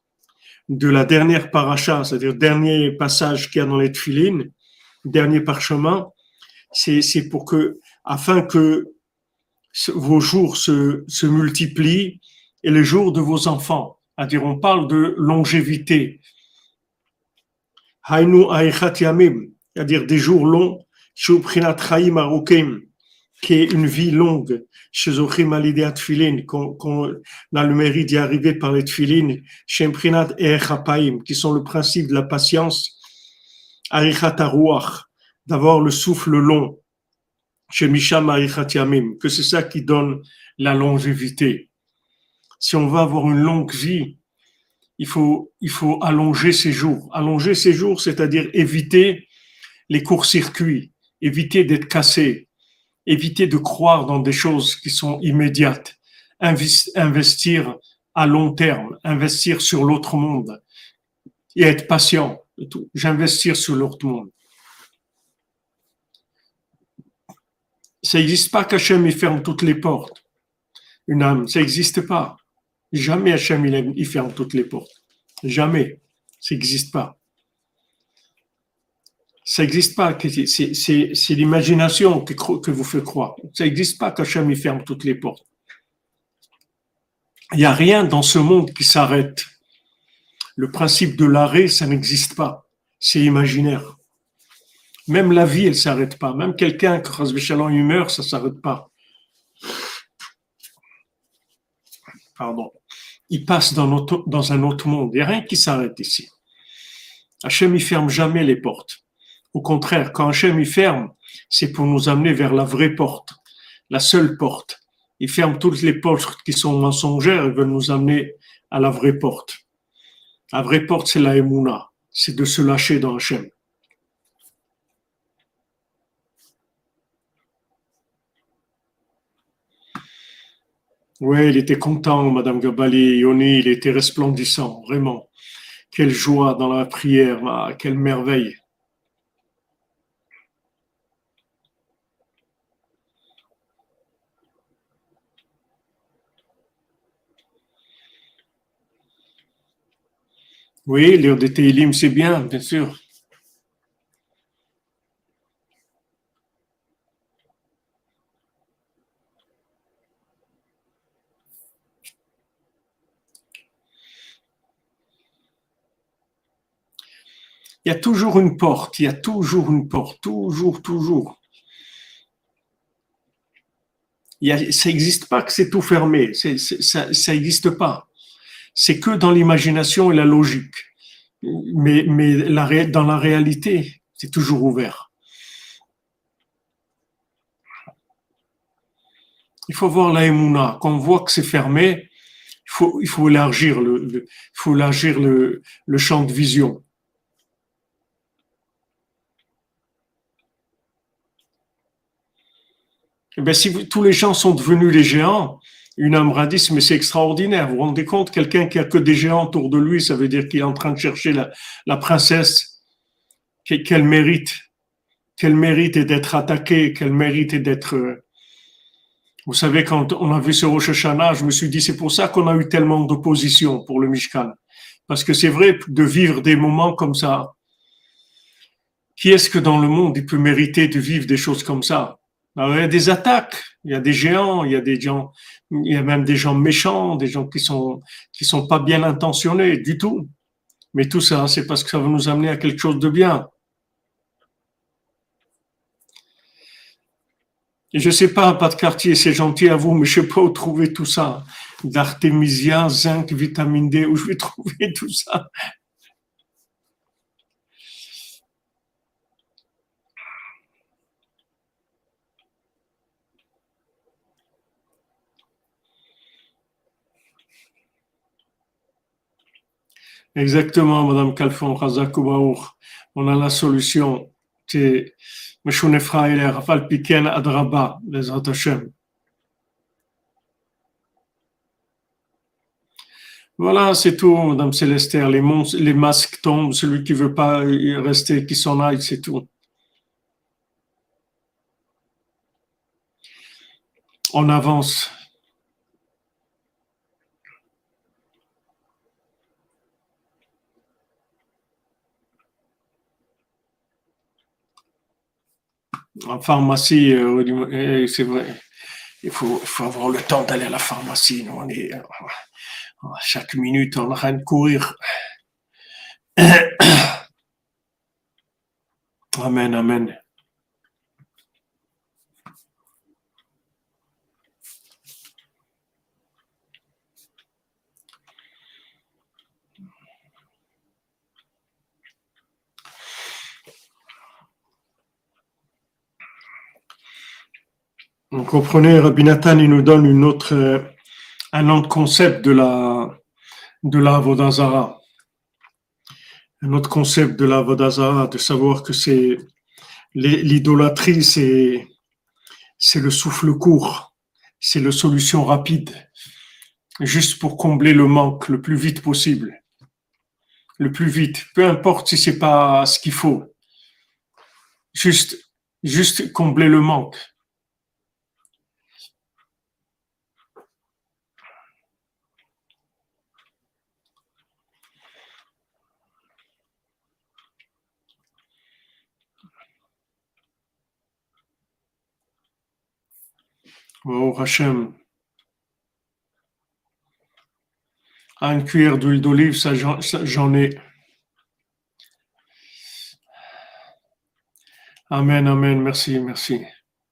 de la dernière paracha, c'est-à-dire dernier passage qu'il y a dans les Tfilin, dernier parchemin, c'est, c'est pour que, afin que vos jours se, se multiplient et les jours de vos enfants. C'est-à-dire, on parle de longévité. Hainu aichat yamim, c'est-à-dire des jours longs, shubchinat chaim arukim, qui est une vie longue, chez Zochim alidéat tfilin, qu'on a le mérite d'y arriver par les tfilin, shemprinat echapaim, qui sont le principe de la patience, aichat aruach, d'avoir le souffle long, chez Misham aichat yamim, que c'est ça qui donne la longévité. Si on veut avoir une longue vie, il faut, il faut allonger ses jours. Allonger ses jours, c'est-à-dire éviter les courts-circuits, éviter d'être cassé, éviter de croire dans des choses qui sont immédiates, investir à long terme, investir sur l'autre monde et être patient. J'investir sur l'autre monde. Ça n'existe pas qu'Hachem il ferme toutes les portes. Une âme, ça n'existe pas. Jamais Hachem il, il ferme toutes les portes. Jamais. Ça n'existe pas. Ça n'existe pas. C'est, c'est, c'est l'imagination que, que vous fait croire. Ça n'existe pas qu'Hachem il ferme toutes les portes. Il n'y a rien dans ce monde qui s'arrête. Le principe de l'arrêt, ça n'existe pas. C'est imaginaire. Même la vie, elle ne s'arrête pas. Même quelqu'un qui il meurt, ça ne s'arrête pas. Pardon. Il passe dans, notre, dans un autre monde. Il n'y a rien qui s'arrête ici. Hachem, il ferme jamais les portes. Au contraire, quand Hachem, il ferme, c'est pour nous amener vers la vraie porte, la seule porte. Il ferme toutes les portes qui sont mensongères et veut nous amener à la vraie porte. La vraie porte, c'est la Emouna. C'est de se lâcher dans Hachem. Oui, il était content, Madame Gabali, Yoni, il était resplendissant, vraiment. Quelle joie dans la prière, ah, quelle merveille. Oui, lire des Teilim, c'est bien, bien sûr. Il y a toujours une porte, il y a toujours une porte, toujours, toujours. Il y a, ça n'existe pas que c'est tout fermé, c'est, c'est, ça n'existe pas. C'est que dans l'imagination et la logique. Mais, mais la, dans la réalité, c'est toujours ouvert. Il faut voir la Emouna. Quand on voit que c'est fermé, il faut, il faut élargir le, le, il faut élargir le, le champ de vision. Eh bien, si vous, tous les gens sont devenus des géants, une âme radis, mais c'est extraordinaire. Vous vous rendez compte, quelqu'un qui a que des géants autour de lui, ça veut dire qu'il est en train de chercher la, la princesse qu'elle mérite, qu'elle mérite d'être attaquée, qu'elle mérite d'être. Vous savez, quand on a vu ce Rosh Hashanah, je me suis dit, c'est pour ça qu'on a eu tellement d'opposition pour le Mishkan. Parce que c'est vrai, de vivre des moments comme ça, qui est-ce que dans le monde il peut mériter de vivre des choses comme ça? Alors, il y a des attaques, il y a des géants, il y a des gens, il y a même des gens méchants, des gens qui sont qui sont pas bien intentionnés du tout. Mais tout ça, c'est parce que ça va nous amener à quelque chose de bien. Et je sais pas, pas de quartier, c'est gentil à vous, mais je sais pas où trouver tout ça. D'artémisia, zinc, vitamine D, où je vais trouver tout ça? Exactement, Madame Kalfon, Razakoubaour. On a la solution. C'est Meshunefra et Rafal Piken Adraba, les Hashem. Voilà, c'est tout, Madame Célestère. Les, monstres, les masques tombent. Celui qui veut pas rester, qui s'en aille, c'est tout. On avance. En pharmacie, euh, c'est vrai, il faut, il faut avoir le temps d'aller à la pharmacie. Nous, on est, euh, chaque minute, on est en train de courir. Amen, amen. Vous comprenez, Rabbi Nathan, il nous donne une autre, euh, un autre concept de la, de la Avodah Zarah. Un autre concept de la Avodah Zarah, de savoir que c'est l'idolâtrie, c'est, c'est le souffle court, c'est la solution rapide, juste pour combler le manque le plus vite possible, le plus vite, peu importe si c'est pas ce qu'il faut, juste, juste combler le manque. Oh Hachem, à une cuillère d'huile d'olive, ça j'en, ça, j'en ai. Amen, amen, merci, merci.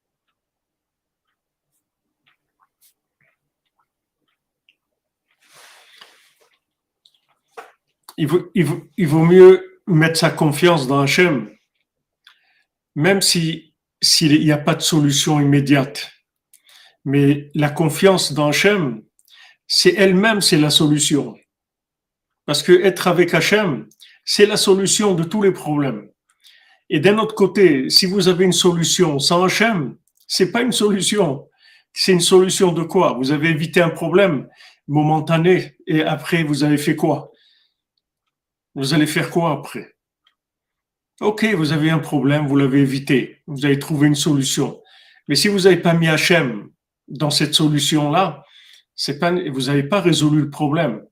Il vaut, il vaut, il vaut mieux mettre sa confiance dans Hachem, même si, s'il n'y a pas de solution immédiate. Mais la confiance dans Hachem, c'est elle-même, c'est la solution. Parce que être avec Hachem, c'est la solution de tous les problèmes. Et d'un autre côté, si vous avez une solution sans Hachem, c'est pas une solution. C'est une solution de quoi? Vous avez évité un problème momentané et après, vous avez fait quoi? Vous allez faire quoi après? Ok, vous avez un problème, vous l'avez évité, vous avez trouvé une solution. Mais si vous n'avez pas mis Hachem dans cette solution-là, c'est pas, vous n'avez pas résolu le problème.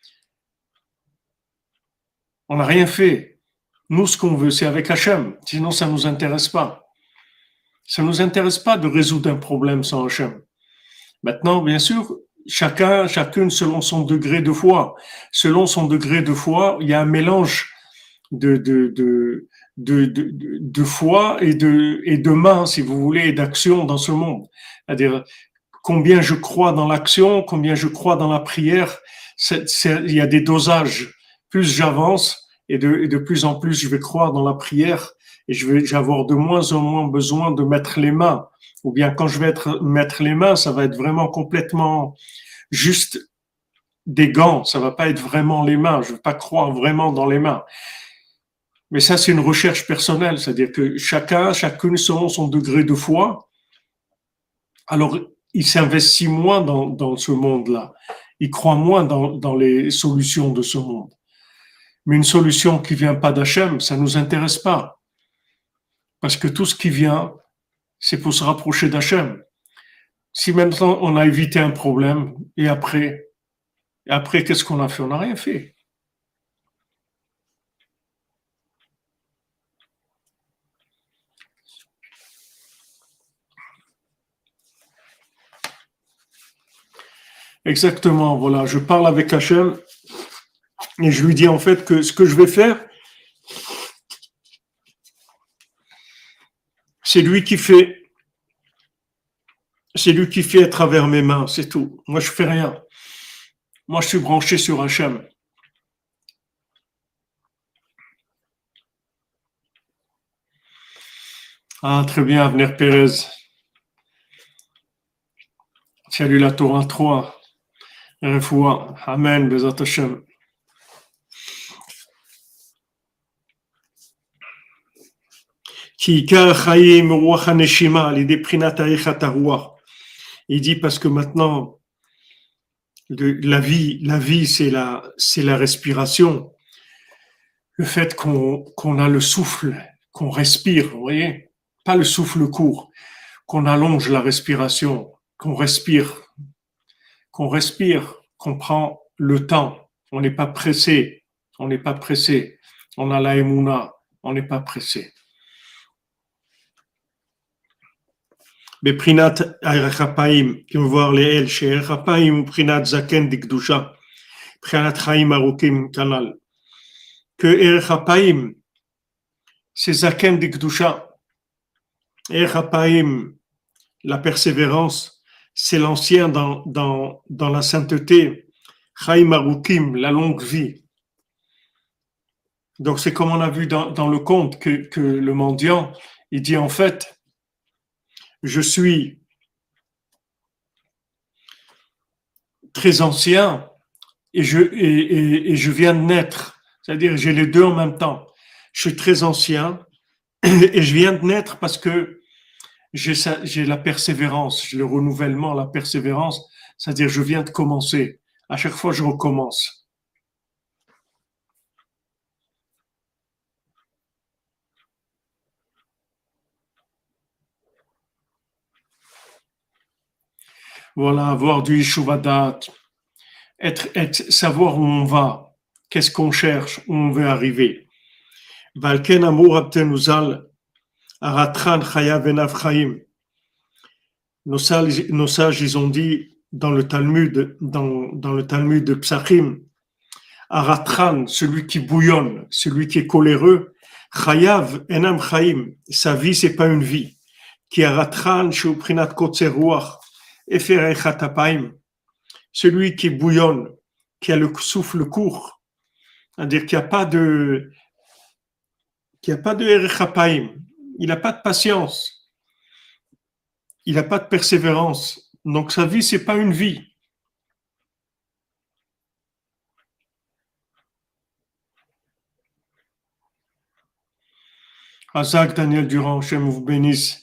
On n'a rien fait. Nous, ce qu'on veut, c'est avec Hachem. Sinon, ça ne nous intéresse pas. Ça ne nous intéresse pas de résoudre un problème sans Hachem. Maintenant, bien sûr, chacun, chacune selon son degré de foi. Selon son degré de foi, il y a un mélange de, de, de, de, de, de foi et de, et de main, si vous voulez, et d'action dans ce monde. C'est-à-dire, combien je crois dans l'action, combien je crois dans la prière, c'est, c'est, il y a des dosages. Plus j'avance, et de, et de plus en plus je vais croire dans la prière, et je vais avoir de moins en moins besoin de mettre les mains. Ou bien quand je vais être, mettre les mains, ça va être vraiment complètement juste des gants, ça va pas être vraiment les mains, je ne vais pas croire vraiment dans les mains. Mais ça, c'est une recherche personnelle, c'est-à-dire que chacun, chacune selon son degré de foi, alors il s'investit moins dans, dans ce monde-là, il croit moins dans, dans les solutions de ce monde. Mais une solution qui vient pas d'Hachem, ça nous intéresse pas. Parce que tout ce qui vient, c'est pour se rapprocher d'Hachem. Si maintenant on a évité un problème, et après, et après qu'est-ce qu'on a fait? On n'a rien fait. Exactement, voilà. Je parle avec Hachem et je lui dis en fait que ce que je vais faire, c'est lui qui fait, c'est lui qui fait à travers mes mains, c'est tout. Moi, je fais rien. Moi, je suis branché sur Hachem. Ah, très bien, Avner Pérez. Salut la Torah trois. Refoua. Amen, Bezat Hashem. Ki ikar chayim ruach haneshima l'idée prinat haechat haruach. Il dit parce que maintenant, le- la vie, la vie, c'est la, c'est la respiration. Le fait qu'on, qu'on a le souffle, qu'on respire, vous voyez? Pas le souffle court, qu'on allonge la respiration, qu'on respire, qu'on respire, qu'on prend le temps. On n'est pas pressé, on n'est pas pressé. On a la émouna, on n'est pas pressé. Beprinat Arachapaim, qui vont voir les El, chez Arachapaim ou Prinat Zaken Dikdusha, Prinat Chaim Arukim Kanal. Que Arachapaim, c'est Zaken Dikdusha. Arachapaim, la persévérance, c'est l'ancien dans, dans, dans la sainteté. Chaim Arukim, la longue vie. Donc c'est comme on a vu dans, dans le conte que, que le mendiant, il dit en fait, je suis très ancien et je, et, et, et je viens de naître. C'est-à-dire j'ai les deux en même temps. Je suis très ancien et je viens de naître parce que j'ai, ça, j'ai la persévérance, j'ai le renouvellement, la persévérance. C'est-à-dire je viens de commencer. À chaque fois, je recommence. Voilà, avoir du Ishuvadat, être, être, savoir où on va, qu'est-ce qu'on cherche, où on veut arriver. Valken Amour Abtenuzal, Aratran Chaya Venav Chaim. Nos sages, nos sages, ils ont dit dans le Talmud, dans, dans le Talmud de Psachim, Aratran, celui qui bouillonne, celui qui est coléreux, Chayav Enam Chaim, sa vie, c'est pas une vie. Qui Aratran, Shuprinat Kotzeruach, celui qui bouillonne, qui a le souffle court, c'est-à-dire qu'il n'y a pas de, qu'il n'y a pas de erechapaim, il n'a pas de patience, il n'a pas de persévérance. Donc sa vie, c'est pas une vie. Azak Daniel Durand, Shem vous bénisse.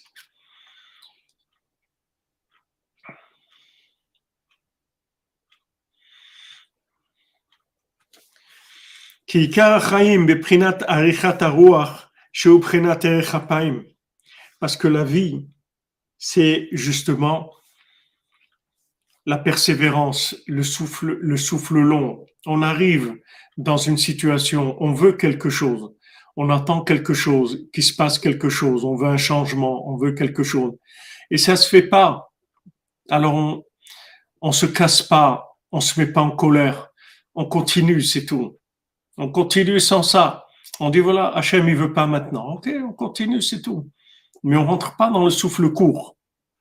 Parce que la vie, c'est justement la persévérance, le souffle, le souffle long. On arrive dans une situation, on veut quelque chose, on attend quelque chose, qu'il se passe quelque chose, on veut un changement, on veut quelque chose. Et ça se fait pas. Alors on, on se casse pas, on se met pas en colère, on continue, c'est tout. On continue sans ça. On dit voilà, Hachem, il veut pas maintenant. Ok, on continue, c'est tout. Mais on rentre pas dans le souffle court.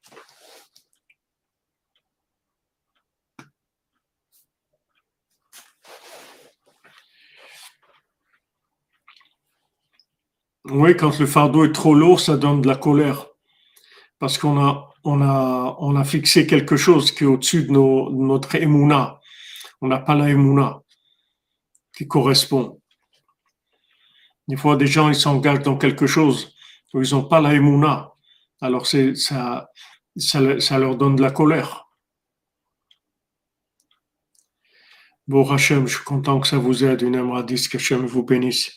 Oui, quand le fardeau est trop lourd, ça donne de la colère. Parce qu'on a, on a, on a fixé quelque chose qui est au-dessus de, nos, de notre émouna. On n'a pas la émouna qui correspond. Des fois, des gens, ils s'engagent dans quelque chose où ils n'ont pas la émouna. Alors, c'est, ça, ça, ça leur donne de la colère. Bon, Hachem, je suis content que ça vous aide. Une amradis, qu'Hachem vous bénisse.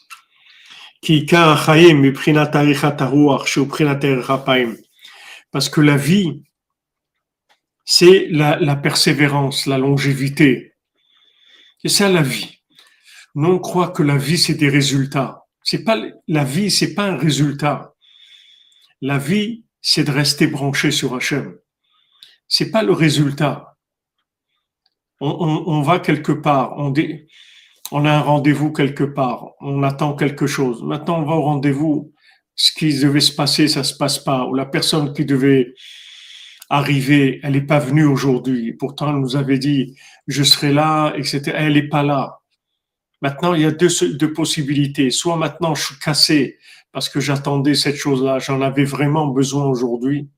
Parce que la vie, c'est la, la persévérance, la longévité. C'est ça la vie. Nous, on croit que la vie, c'est des résultats. C'est pas, la vie, c'est pas un résultat. La vie, c'est de rester branché sur Hachem. C'est pas le résultat. On, on, on va quelque part, on, dé, on a un rendez-vous quelque part, on attend quelque chose. Maintenant, on va au rendez-vous. Ce qui devait se passer, ça se passe pas. Ou la personne qui devait arriver, elle n'est pas venue aujourd'hui. Pourtant, elle nous avait dit, je serai là, et cetera. Elle n'est pas là. Maintenant, il y a deux, deux possibilités. Soit maintenant, je suis cassé parce que j'attendais cette chose-là, j'en avais vraiment besoin aujourd'hui.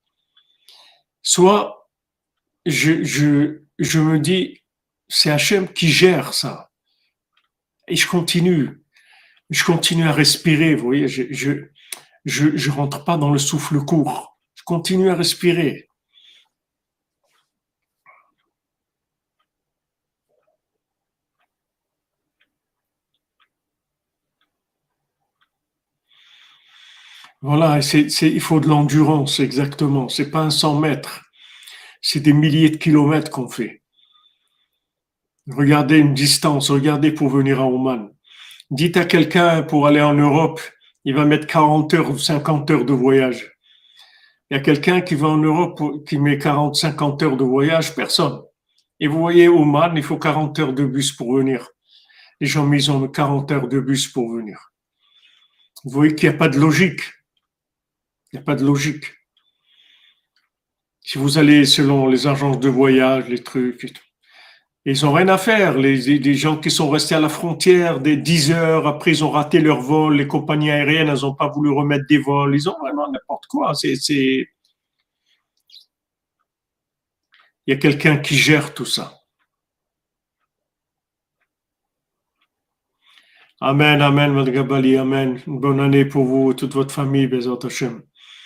Soit je, je, je me dis, c'est Hachem qui gère ça. Et je continue. Je continue à respirer, vous voyez, je, je, je, je rentre pas dans le souffle court. Je continue à respirer. Voilà, c'est, c'est, il faut de l'endurance, exactement. C'est pas un cent mètres. C'est des milliers de kilomètres qu'on fait. Regardez une distance, regardez pour venir à Oman. Dites à quelqu'un pour aller en Europe, il va mettre quarante heures ou cinquante heures de voyage. Il y a quelqu'un qui va en Europe, qui met quarante, cinquante heures de voyage, personne. Et vous voyez, Oman, il faut quarante heures de bus pour venir. Les gens, ils ont quarante heures de bus pour venir. Vous voyez qu'il n'y a pas de logique. Il n'y a pas de logique. Si vous allez selon les agences de voyage, les trucs, et tout, ils n'ont rien à faire. Les, les gens qui sont restés à la frontière des dix heures, après ils ont raté leur vol, les compagnies aériennes, elles n'ont pas voulu remettre des vols, ils ont vraiment n'importe quoi. C'est, c'est... Il y a quelqu'un qui gère tout ça. Amen, amen, Madgabali, amen. Une bonne année pour vous, toute votre famille, Bezat Hashem.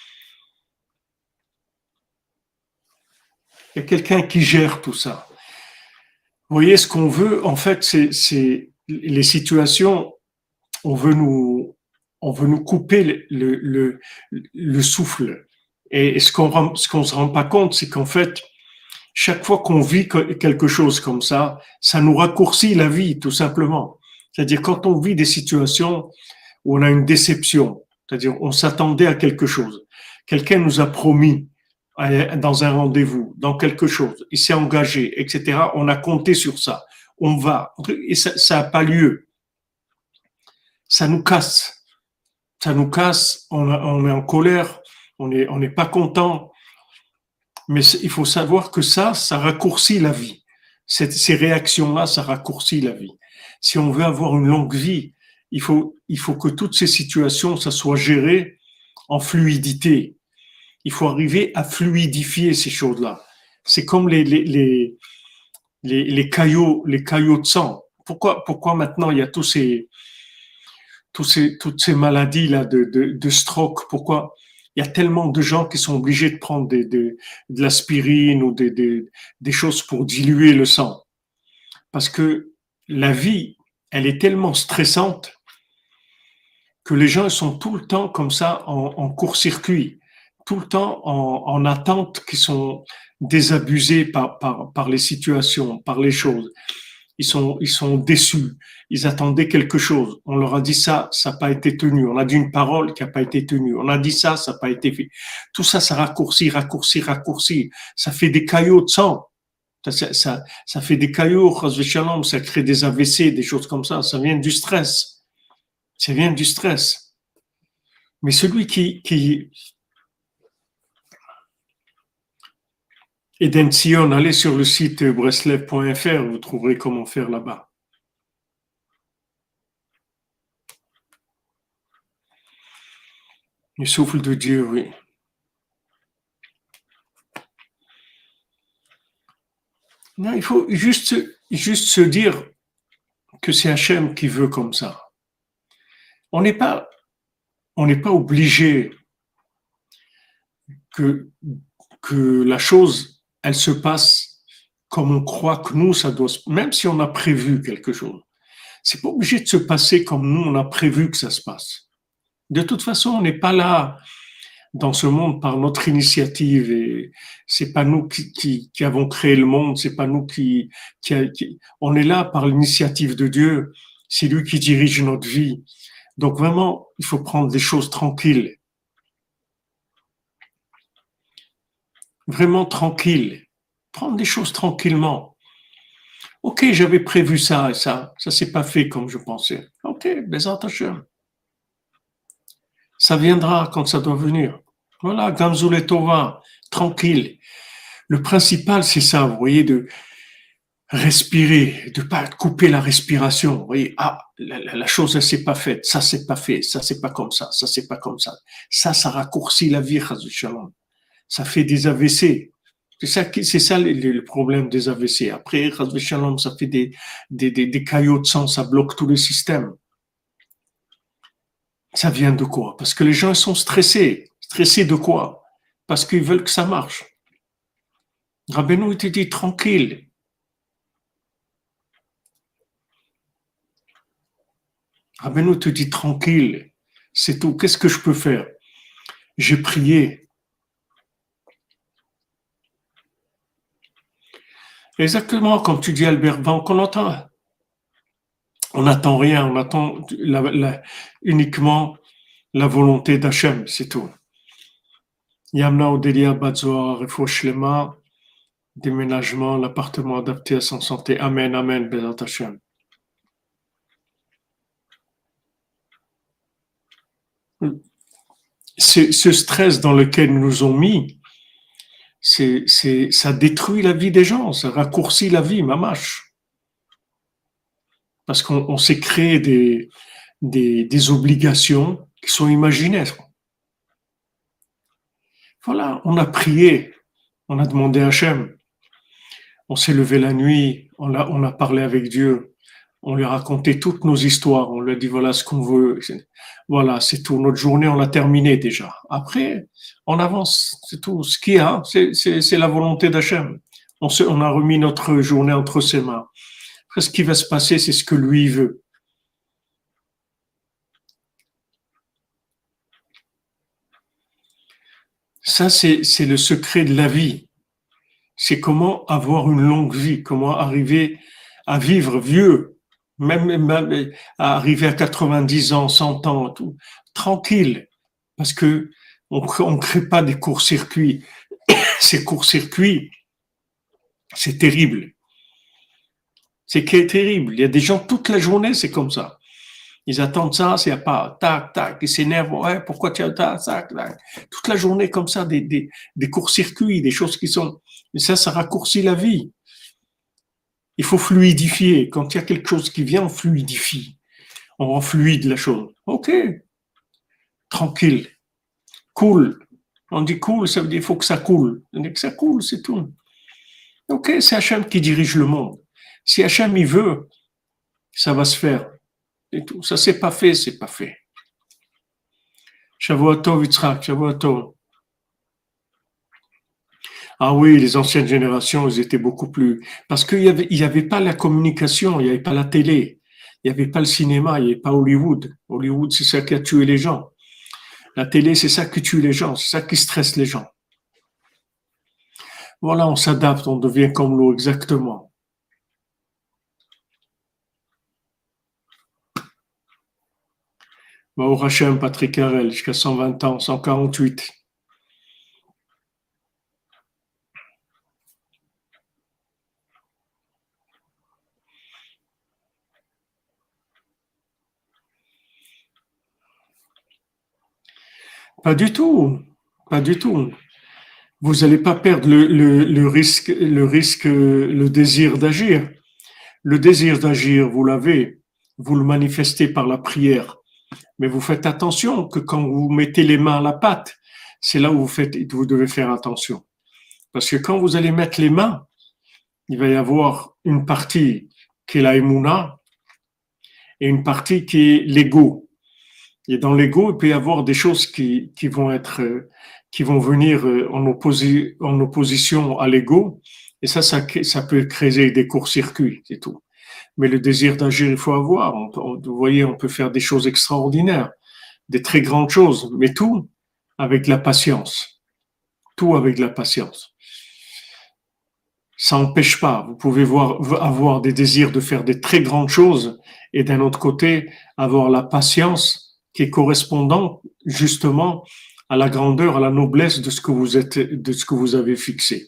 Il y a quelqu'un qui gère tout ça. Vous voyez, ce qu'on veut, en fait, c'est, c'est les situations, on veut nous, on veut nous couper le, le, le, le souffle. Et ce qu'on ce qu'on se rend pas compte, c'est qu'en fait, chaque fois qu'on vit quelque chose comme ça, ça nous raccourcit la vie, tout simplement. C'est-à-dire, quand on vit des situations où on a une déception, c'est-à-dire, on s'attendait à quelque chose. Quelqu'un nous a promis dans un rendez-vous, dans quelque chose, il s'est engagé, et cetera. On a compté sur ça. On va. Et ça n'a pas lieu. Ça nous casse. Ça nous casse. On, a, on est en colère. On n'est on n'est pas content. Mais il faut savoir que ça, ça raccourcit la vie. Cette, ces réactions-là, ça raccourcit la vie. Si on veut avoir une longue vie, il faut, il faut que toutes ces situations, ça soit géré en fluidité. Il faut arriver à fluidifier ces choses-là. C'est comme les, les, les, les, les caillots, les caillots de sang. Pourquoi, pourquoi maintenant il y a tous ces, tous ces, toutes ces maladies-là de, de, de stroke? Pourquoi il y a tellement de gens qui sont obligés de prendre des, des, de l'aspirine ou des, des, des choses pour diluer le sang? Parce que la vie, elle est tellement stressante que les gens sont tout le temps comme ça en, en court-circuit, tout le temps en, en attente, qui sont désabusés par, par, par les situations, par les choses. Ils sont, ils sont déçus. Ils attendaient quelque chose. On leur a dit ça, ça n'a pas été tenu. On a dit une parole qui n'a pas été tenue. On a dit ça, ça n'a pas été fait. Tout ça, ça raccourcit, raccourcit, raccourcit. Ça fait des caillots de sang. Ça, ça, ça, ça fait des caillots, ça crée des A V C, des choses comme ça. Ça vient du stress. Ça vient du stress. Mais celui qui, qui, Eden Sion, allez sur le site breslev point f r, vous trouverez comment faire là-bas. Le souffle de Dieu, oui. Non, il faut juste, juste se dire que c'est Hachem qui veut comme ça. On n'est pas, on n'est pas obligé que, que la chose, elle se passe comme on croit que nous, ça doit, même si on a prévu quelque chose. C'est pas obligé de se passer comme nous, on a prévu que ça se passe. De toute façon, on n'est pas là dans ce monde par notre initiative, et c'est pas nous qui, qui, qui avons créé le monde, c'est pas nous qui, qui, qui, on est là par l'initiative de Dieu, c'est lui qui dirige notre vie. Donc vraiment, il faut prendre des choses tranquilles, vraiment tranquilles, prendre des choses tranquillement. Ok, j'avais prévu ça et ça, ça s'est pas fait comme je pensais. Ok, Bezat Hashem. Ça viendra quand ça doit venir. Voilà, Gamzoul Tova, tranquille. Le principal, c'est ça, vous voyez, de respirer, de pas couper la respiration. Vous voyez, ah, la, la, la chose, elle s'est pas faite, ça c'est pas fait, ça c'est pas comme ça, ça c'est pas comme ça. Ça, ça raccourcit la vie, Shalom. Ça fait des A V C. C'est ça, c'est ça le, le problème des A V C. Après, Shalom, ça fait des, des, des, des caillots de sang, ça bloque tout le système. Ça vient de quoi? Parce que les gens sont stressés. Stressés de quoi? Parce qu'ils veulent que ça marche. Rabbeinu, il te dit tranquille. Rabbeinu te dit tranquille. C'est tout. Qu'est-ce que je peux faire? J'ai prié. Exactement comme tu dis, Albert Banque, on entend. On n'attend rien, on attend la, la, uniquement la volonté d'Hachem, c'est tout. Yamna Odelia Batzoar, Refouach Shlema, déménagement, l'appartement adapté à son santé. Amen, Amen, Bezat Hashem. Ce, ce stress dans lequel nous nous ont mis, c'est, c'est, ça détruit la vie des gens, ça raccourcit la vie, mamache. Parce qu'on on s'est créé des, des, des obligations qui sont imaginaires. Voilà, on a prié, on a demandé à Hachem, on s'est levé la nuit, on a, on a parlé avec Dieu, on lui a raconté toutes nos histoires, on lui a dit voilà ce qu'on veut, voilà, c'est tout, notre journée, on l'a terminée déjà. Après, on avance, c'est tout, ce qu'il y a, c'est, c'est, c'est la volonté d'Hachem. On, se, on a remis notre journée entre ses mains. Après, ce qui va se passer, c'est ce que lui veut. Ça, c'est, c'est le secret de la vie. C'est comment avoir une longue vie, comment arriver à vivre vieux, même, même à arriver à quatre-vingt-dix ans, cent ans, tout, tranquille, parce que on ne crée pas des courts-circuits. Ces courts-circuits, c'est terrible. C'est terrible. Il y a des gens toute la journée, c'est comme ça. Ils attendent ça, c'est pas tac, tac, ils s'énervent, ouais, pourquoi tu as tac, tac, tac. Toute la journée comme ça, des, des, des courts-circuits, des choses qui sont, et ça, ça raccourcit la vie. Il faut fluidifier. Quand il y a quelque chose qui vient, on fluidifie. On rend fluide la chose. Ok, tranquille, cool. On dit cool, ça veut dire qu'il faut que ça coule. On dit que ça coule, c'est tout. Ok, c'est Hachem qui dirige le monde. Si Hachem il veut, ça va se faire. Et tout. Ça c'est pas fait, c'est pas fait. Shavuot Tov, Yitzhak, Shavuot Tov. Ah oui, les anciennes générations, ils étaient beaucoup plus... Parce qu'il n'y avait, il y avait pas la communication, il n'y avait pas la télé, il n'y avait pas le cinéma, il n'y avait pas Hollywood. Hollywood, c'est ça qui a tué les gens. La télé, c'est ça qui tue les gens, c'est ça qui stresse les gens. Voilà, on s'adapte, on devient comme l'eau, exactement. Baruch Hashem, Patrick Harel, jusqu'à cent vingt ans, cent quarante-huit. Pas du tout, pas du tout. Vous n'allez pas perdre le, le, le risque, le risque, le désir d'agir. Le désir d'agir, vous l'avez, vous le manifestez par la prière. Mais vous faites attention que quand vous mettez les mains à la pâte, c'est là où vous, faites, vous devez faire attention. Parce que quand vous allez mettre les mains, il va y avoir une partie qui est la émouna et une partie qui est l'ego. Et dans l'ego, il peut y avoir des choses qui, qui vont être, qui vont venir en, opposi, en opposition à l'ego. Et ça, ça, ça peut créer des courts-circuits, c'est tout. Mais le désir d'agir, il faut avoir. On, on, vous voyez, on peut faire des choses extraordinaires, des très grandes choses, mais tout avec la patience. Tout avec la patience. Ça n'empêche pas. Vous pouvez voir, avoir des désirs de faire des très grandes choses et d'un autre côté, avoir la patience qui est correspondante justement à la grandeur, à la noblesse de ce que vous êtes, de ce que vous avez fixé.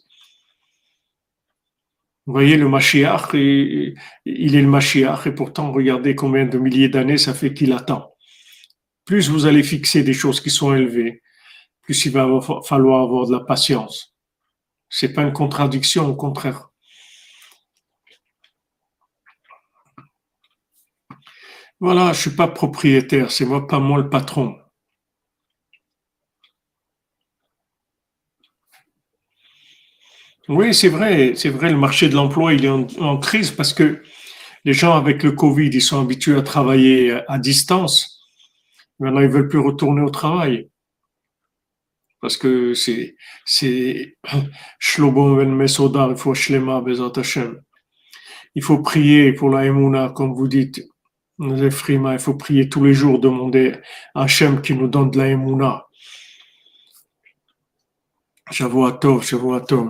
Vous voyez, le Mashiach, il est le Mashiach et pourtant, regardez combien de milliers d'années ça fait qu'il attend. Plus vous allez fixer des choses qui sont élevées, plus il va falloir avoir de la patience. C'est pas une contradiction, au contraire. Voilà, je suis pas propriétaire, c'est moi, pas moi le patron. Oui, c'est vrai, c'est vrai, le marché de l'emploi, il est en, en crise parce que les gens avec le Covid, ils sont habitués à travailler à distance. Maintenant, ils veulent plus retourner au travail. Parce que c'est, c'est, Shlomo ben Mesodar, il faut Shlema Bezat Hashem. Il faut prier pour la Emouna, comme vous dites. Les Frima, il faut prier tous les jours, demander à Hachem qui nous donne de la Emouna. Shavuot Tov, Shavuot Tov.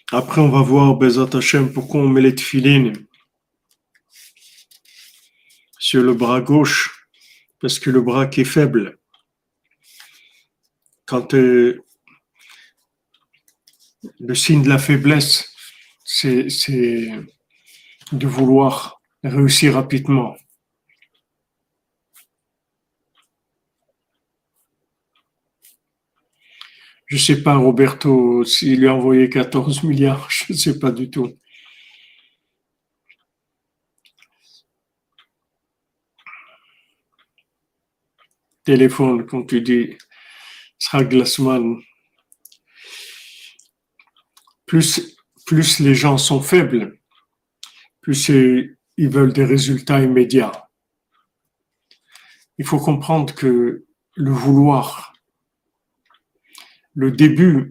Après, on va voir, Bezat Hashem, pourquoi on met les tefilines sur le bras gauche, parce que le bras qui est faible. Quand euh, le signe de la faiblesse, c'est, c'est de vouloir réussir rapidement. Je ne sais pas, Roberto, s'il lui a envoyé quatorze milliards, je ne sais pas du tout. Téléphone, comme tu dis, sera Glassman. Plus, plus les gens sont faibles, plus ils veulent des résultats immédiats. Il faut comprendre que le vouloir, le début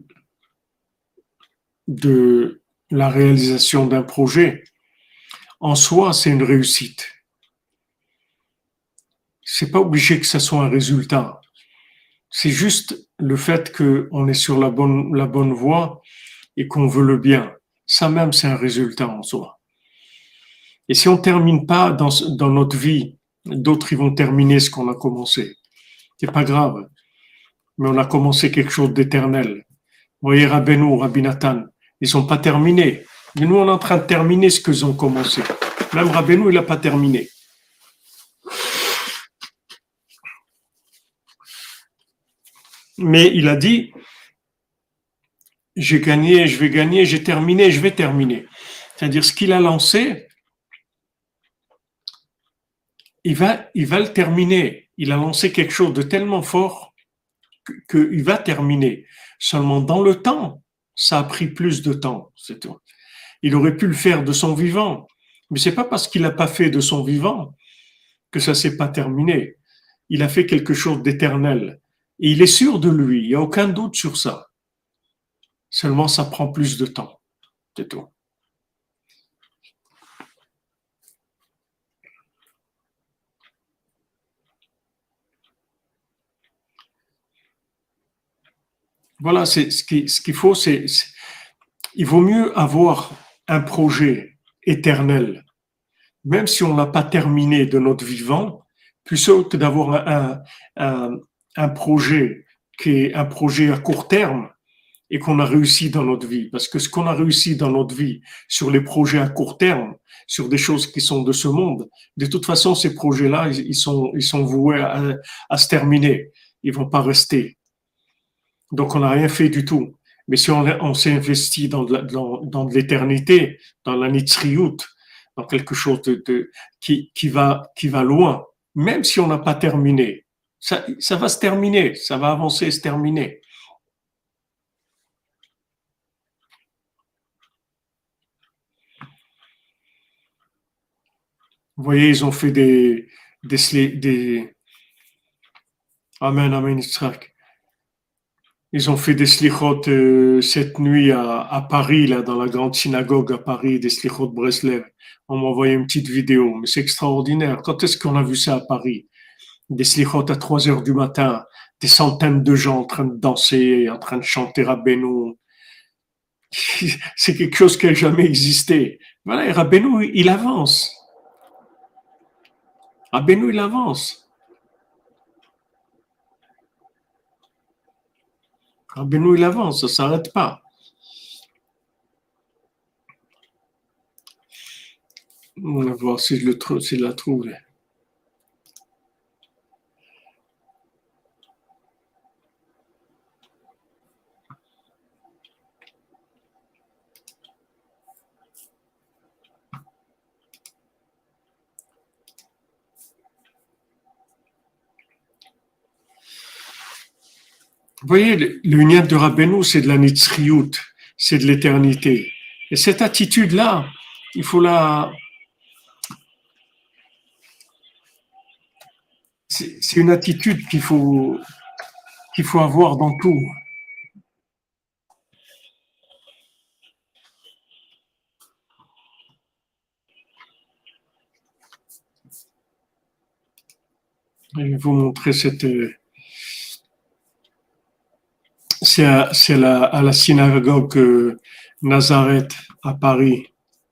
de la réalisation d'un projet, en soi, c'est une réussite. C'est pas obligé que ça soit un résultat. C'est juste le fait qu'on est sur la bonne, la bonne voie et qu'on veut le bien. Ça même, c'est un résultat en soi. Et si on termine pas dans, dans notre vie, d'autres ils vont terminer ce qu'on a commencé. C'est pas grave. Mais on a commencé quelque chose d'éternel. Vous voyez, Rabbeinu, Rabbi Nathan, ils sont pas terminés. Mais nous, on est en train de terminer ce qu'ils ont commencé. Même Rabbeinu, il n'a pas terminé. Mais il a dit, j'ai gagné, je vais gagner, j'ai terminé, je vais terminer. C'est-à-dire, ce qu'il a lancé, il va, il va le terminer. Il a lancé quelque chose de tellement fort qu'il va terminer. Seulement, dans le temps, ça a pris plus de temps, c'est tout. Il aurait pu le faire de son vivant, mais c'est pas parce qu'il n'a pas fait de son vivant que ça s'est pas terminé. Il a fait quelque chose d'éternel. Et il est sûr de lui, il n'y a aucun doute sur ça. Seulement, ça prend plus de temps, c'est tout. Voilà, c'est ce qui, ce qu'il faut, c'est, c'est, il vaut mieux avoir un projet éternel, même si on n'a pas terminé de notre vivant, plutôt que d'avoir un, un, un projet qui est un projet à court terme et qu'on a réussi dans notre vie. Parce que ce qu'on a réussi dans notre vie sur les projets à court terme, sur des choses qui sont de ce monde, de toute façon, ces projets-là, ils sont, ils sont voués à, à se terminer. Ils vont pas rester. Donc, on n'a rien fait du tout. Mais si on, on s'est investi dans, dans, dans de l'éternité, dans la nitzriout, dans quelque chose de, de, qui, qui, va, qui va loin, même si on n'a pas terminé, ça, ça va se terminer, ça va avancer et se terminer. Vous voyez, ils ont fait des, des, des Amen, Amen, Yitzhak. Ils ont fait des slichot euh, cette nuit à, à Paris, là, dans la grande synagogue à Paris, des slichot Breslev. On m'a envoyé une petite vidéo, mais c'est extraordinaire. Quand est-ce qu'on a vu ça à Paris? Des slichot à trois heures du matin, des centaines de gens en train de danser, en train de chanter Rabbeinu. C'est quelque chose qui n'a jamais existé. Voilà, et Rabbeinu, il avance. Rabbeinu, il avance. Rabbeinu, il avance, ça ne s'arrête pas. On va voir si je, le trouve, si je la trouve. Vous voyez, l'union de Rabbeinu, c'est de la nitzriout, c'est de l'éternité. Et cette attitude-là, il faut la... C'est, c'est une attitude qu'il faut, qu'il faut avoir dans tout. Je vais vous montrer cette... C'est à, c'est la, à la synagogue Nazareth à Paris.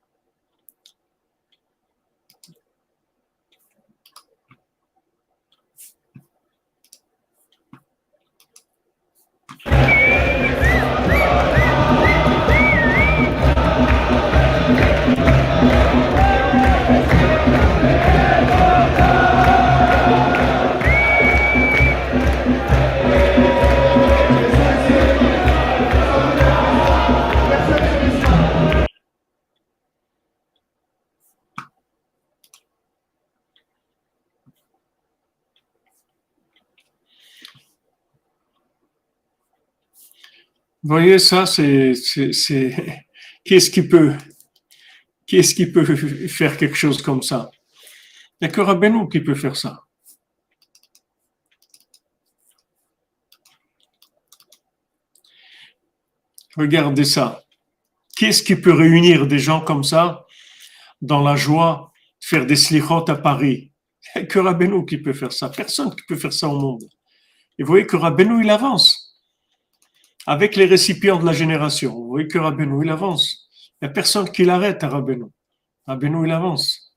Vous voyez, ça, c'est, c'est, c'est... Qu'est-ce qui peut, qu'est-ce qui peut faire quelque chose comme ça? Il n'y a que Rabbeinu qui peut faire ça. Regardez ça. Qu'est-ce qui peut réunir des gens comme ça dans la joie de faire des slichot à Paris? Il n'y a que Rabbeinu qui peut faire ça. Personne qui peut faire ça au monde. Et vous voyez que Rabbeinu, il avance. Avec les récipients de la génération. Vous voyez que Rabbeinu, il avance. Il n'y a personne qui l'arrête à Rabbeinu. Rabbeinu, il avance.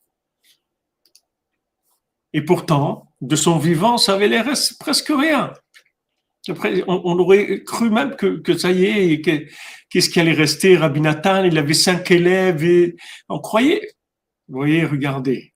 Et pourtant, de son vivant, ça avait l'air presque rien. Après, on, on aurait cru même que, que ça y est, que, qu'est-ce qui allait rester? Rabbi Nathan, il avait cinq élèves et on croyait. Vous voyez, regardez.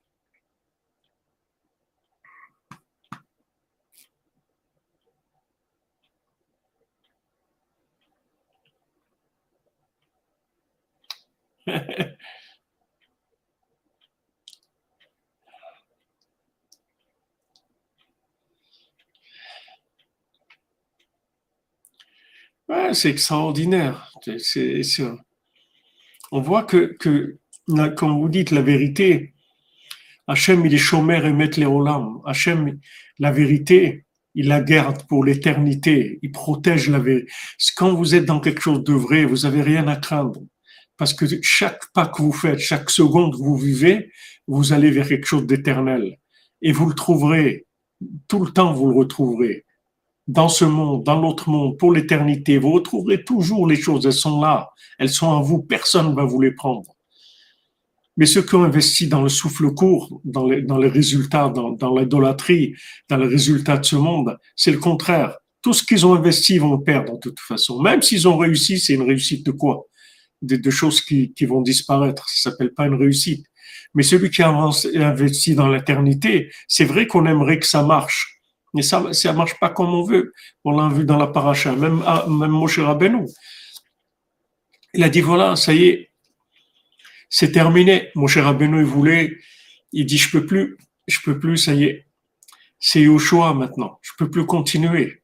Ouais, c'est extraordinaire. C'est, c'est, c'est- on voit que, que, comme vous dites, la vérité, Hachem, il est chômeur et met les olam. Hachem, la vérité, il la garde pour l'éternité. Il protège la vérité. Quand vous êtes dans quelque chose de vrai, vous n'avez rien à craindre. Parce que chaque pas que vous faites, chaque seconde que vous vivez, vous allez vers quelque chose d'éternel. Et vous le trouverez. Tout le temps, vous le retrouverez. Dans ce monde, dans l'autre monde, pour l'éternité, vous retrouverez toujours les choses. Elles sont là. Elles sont à vous. Personne ne va vous les prendre. Mais ceux qui ont investi dans le souffle court, dans les, dans les résultats, dans, dans l'idolâtrie, dans les résultats de ce monde, c'est le contraire. Tout ce qu'ils ont investi, ils vont le perdre de toute façon. Même s'ils ont réussi, c'est une réussite de quoi? De, de choses qui, qui vont disparaître. Ça s'appelle pas une réussite. Mais celui qui a investi dans l'éternité, c'est vrai qu'on aimerait que ça marche. Mais ça, ça marche pas comme on veut. On l'a vu dans la paracha. Même, même Moshe Rabbeinu. Il a dit voilà, ça y est, c'est terminé. Moshe Rabbeinu, il voulait, il dit, je peux plus, je peux plus, ça y est. C'est au choix maintenant. Je peux plus continuer.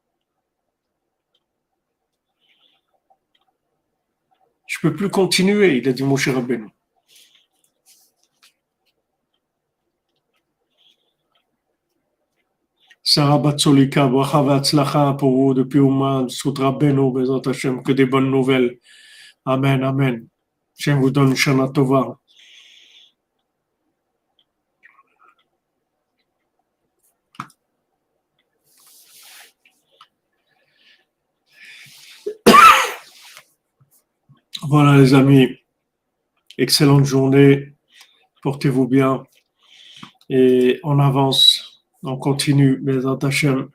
Je peux plus continuer, il a dit Moshe Rabbeinu. Sarah Batsolika, bracha v'atzlacha pour vous depuis Ouman, Sout Rabbeinu, Bezat Hashem, que des bonnes nouvelles. Amen, amen. Hashem vous donne Shana Tova. Voilà les amis, excellente journée, portez-vous bien et on avance, on continue, Bezat Hashem.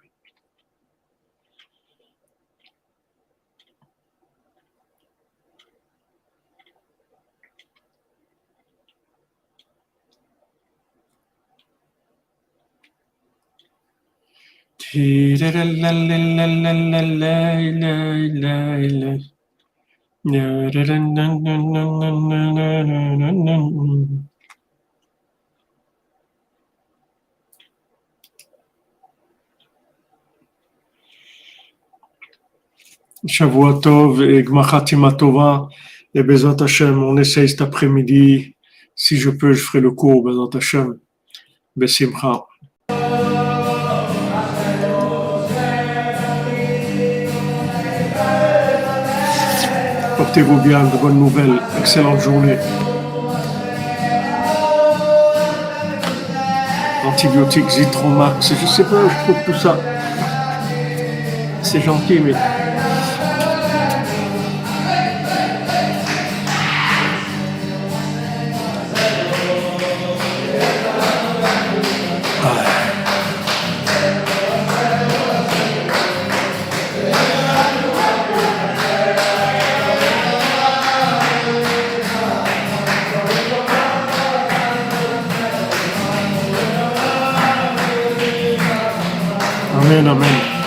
Shavua Tov et Gmar Chatima Tova et Bezat Hashem, on essaye cet après-midi, si je peux, je ferai le cours, Bezat Hashem, Besimcha. Portez-vous bien, de bonnes nouvelles, excellente journée. Antibiotiques, Zitromax, je sais pas où je trouve tout ça. C'est gentil, mais Amen, Amen.